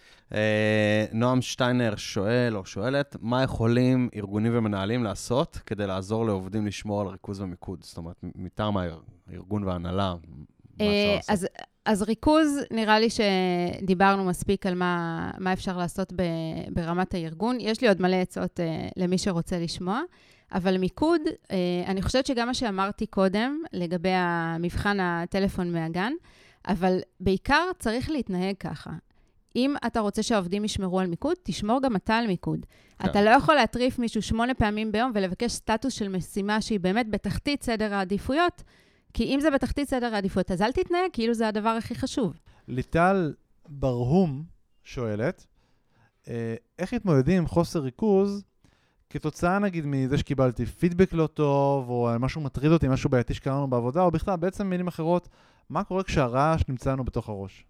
נועם שטיינר שואל או שואלת, מה יכולים ארגונים ומנהלים לעשות כדי לעזור לעובדים לשמור על ריכוז ומיקוד? זאת אומרת, מטעם הארגון וההנהלה, מה אפשר לעשות? אז, אז ריכוז, נראה לי שדיברנו מספיק על מה, מה אפשר לעשות ברמת הארגון. יש לי עוד מלא עצות למי שרוצה לשמוע. אבל מיקוד, אני חושבת שגם מה שאמרתי קודם, לגבי המבחן הטלפון מהגן, אבל בעיקר צריך להתנהג ככה. אם אתה רוצה שהעובדים ישמרו על מיקוד, תשמור גם אתה על מיקוד. כן. אתה לא יכול להטריף מישהו שמונה פעמים ביום ולבקש סטטוס של משימה שהיא באמת בתחתית סדר העדיפויות, כי אם זה בתחתית סדר העדיפויות, אז אל תתנהג, כאילו זה הדבר הכי חשוב. ליטל ברהום שואלת, איך התמודדים עם חוסר ריכוז, כתוצאה נגיד מזה שקיבלתי פידבק לא טוב, או משהו מטריד אותי, משהו בעייתי שקראנו בעבודה, או בכלל, בעצם מילים אחרות, מה קורה כשהרעש נמצא לנו בתוך הראש?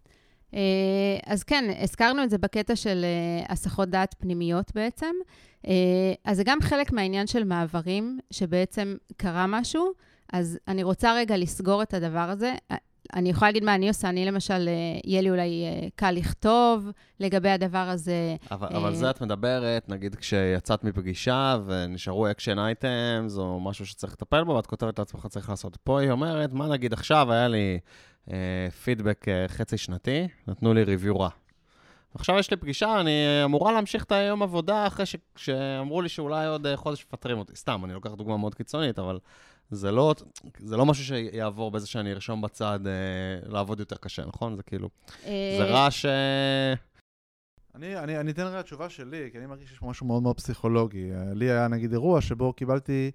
אז כן, הזכרנו את זה בקטע של הסחות דעת פנימיות בעצם. אז זה גם חלק מהעניין של מעברים, שבעצם קרה משהו, אז אני רוצה רגע לסגור את הדבר הזה. אני יכולה להגיד מה אני עושה, אני למשל, יהיה לי אולי קל לכתוב לגבי הדבר הזה. אבל, אבל זה את מדברת, נגיד כשיצאת מפגישה ונשארו אקשן אייטמס או משהו שצריך לטפל בו, ואת כותבת לעצמך צריך לעשות. פה היא אומרת, מה נגיד עכשיו, היה לי אה, פידבק אה, חצי שנתי, נתנו לי ריוויו רע. עכשיו יש לי פגישה, אני אמורה להמשיך את היום עבודה אחרי ש... שאמרו לי שאולי עוד חודש מפטרים אותי. סתם, אני לוקח דוגמה מאוד קיצונית, אבל זה לא, זה לא משהו שיעבור בזה שאני ארשום בצד אה, לעבוד יותר קשה, נכון? זה כאילו, זה רעש... אני, אני, אני אתן לך התשובה שלי, כי אני מרגיש שיש משהו מאוד מאוד פסיכולוגי. לי היה נגיד אירוע שבו קיבלתי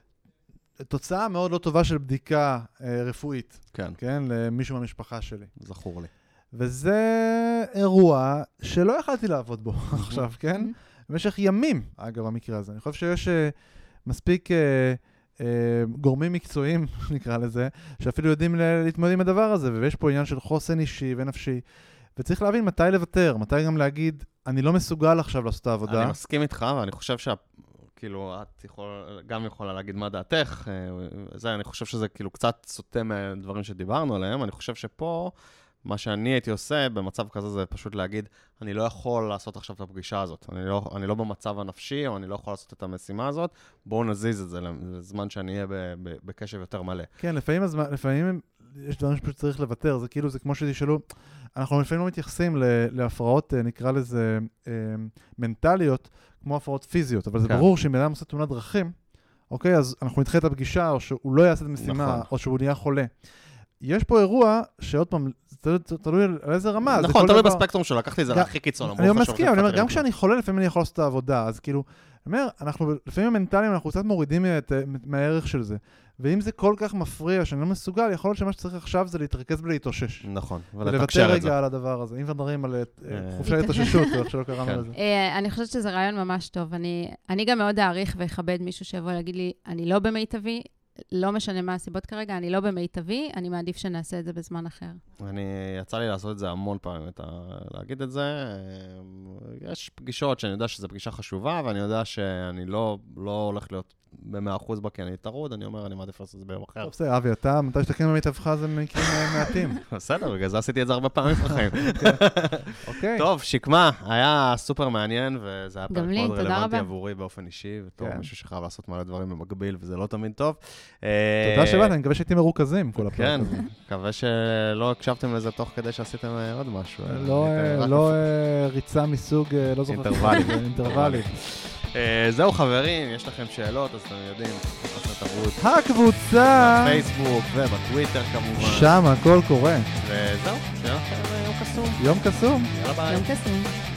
תוצאה מאוד לא טובה של בדיקה אה, רפואית. כן. כן, למישהו מהמשפחה שלי. זכור לי. וזה אירוע שלא יכלתי לעבוד בו עכשיו, כן? במשך ימים, אגב, המקרה הזה. אני חושב שיש uh, מספיק uh, uh, גורמים מקצועיים, נקרא לזה, שאפילו יודעים להתמודד עם הדבר הזה, ויש פה עניין של חוסן אישי ונפשי, וצריך להבין מתי לוותר, מתי גם להגיד, אני לא מסוגל עכשיו לעשות את העבודה. אני מסכים איתך, ואני חושב שה... כאילו, את יכול, גם יכולה להגיד מה דעתך, זה, אני חושב שזה כאילו קצת סוטה מהדברים שדיברנו עליהם, אני חושב שפה, מה שאני הייתי עושה במצב כזה זה פשוט להגיד, אני לא יכול לעשות עכשיו את הפגישה הזאת, אני לא, אני לא במצב הנפשי, או אני לא יכול לעשות את המשימה הזאת, בואו נזיז את זה לזמן שאני אהיה בקשב יותר מלא. כן, לפעמים, הזמן, לפעמים יש דברים שפשוט צריך לוותר, זה כאילו, זה כמו שתשאלו, אנחנו לפעמים לא מתייחסים להפרעות, נקרא לזה, מנטליות, כמו הפרעות פיזיות, אבל זה כן. ברור שאם אדם עושה תאונת דרכים, אוקיי, אז אנחנו נדחה את הפגישה, או שהוא לא יעשה את המשימה, נכון. או שהוא נהיה חולה. יש פה אירוע שעוד פעם, זה תלוי על איזה רמה. נכון, תלוי בספקטרום שלו, לקחתי את זה להכי קיצון. אני מסכים, אני אומר, גם כשאני חולה, לפעמים אני יכול לעשות את העבודה, אז כאילו, אני אומר, אנחנו, לפעמים המנטליים, אנחנו קצת מורידים מהערך של זה. ואם זה כל כך מפריע שאני לא מסוגל, יכול להיות שמה שצריך עכשיו זה להתרכז בלהתאושש. נכון, ולתקשר את זה. ולוותר רגע על הדבר הזה. אם מדברים על חופשה להתאוששות, או איך שלא קראנו לזה. אני חושבת שזה רעיון ממש טוב. אני גם מאוד אעריך ואכבד מישהו שיבוא להגיד לי, אני לא במיטבי, לא משנה מה הסיבות כרגע, אני לא במיטבי, אני מעדיף שנעשה את זה בזמן אחר. אני, יצא לי לעשות את זה המון פעמים, להגיד את זה. יש פגישות שאני יודע שזו פגישה חשובה, ואני יודע שאני לא, לא הולך להיות ב-מאה אחוז בה, כי אני אתערוד, אני אומר, אני מעדיף לעשות את זה ביום אחר. טוב, בסדר, אבי, אתה, מתי שתקרים במיטבך זה מקרים מעטים. בסדר, בגלל זה עשיתי את זה הרבה פעמים בחיים. אוקיי. טוב, שקמה, היה סופר מעניין, וזה היה פרק מאוד רלוונטי עבורי באופן אישי, בתור מישהו שחייב לעשות מלא דברים במקביל, וזה לא תמיד טוב. תודה שבאת, אני מקווה שהייתם מרוכזים כל הפרק הזה. כן, מקווה שלא הקשבתם לזה תוך כדי שעשיתם עוד משהו. לא ריצה מסוג, לא זוכר. אינטרוולים. אינטרוולים. זהו חברים, יש לכם שאלות, אז אתם יודעים, הקבוצה, בפייסבוק ובטוויטר כמובן. שם הכל קורה. וזהו, שיהיה לכם יום קסום. יום קסום. יאללה ביי. יום קסום.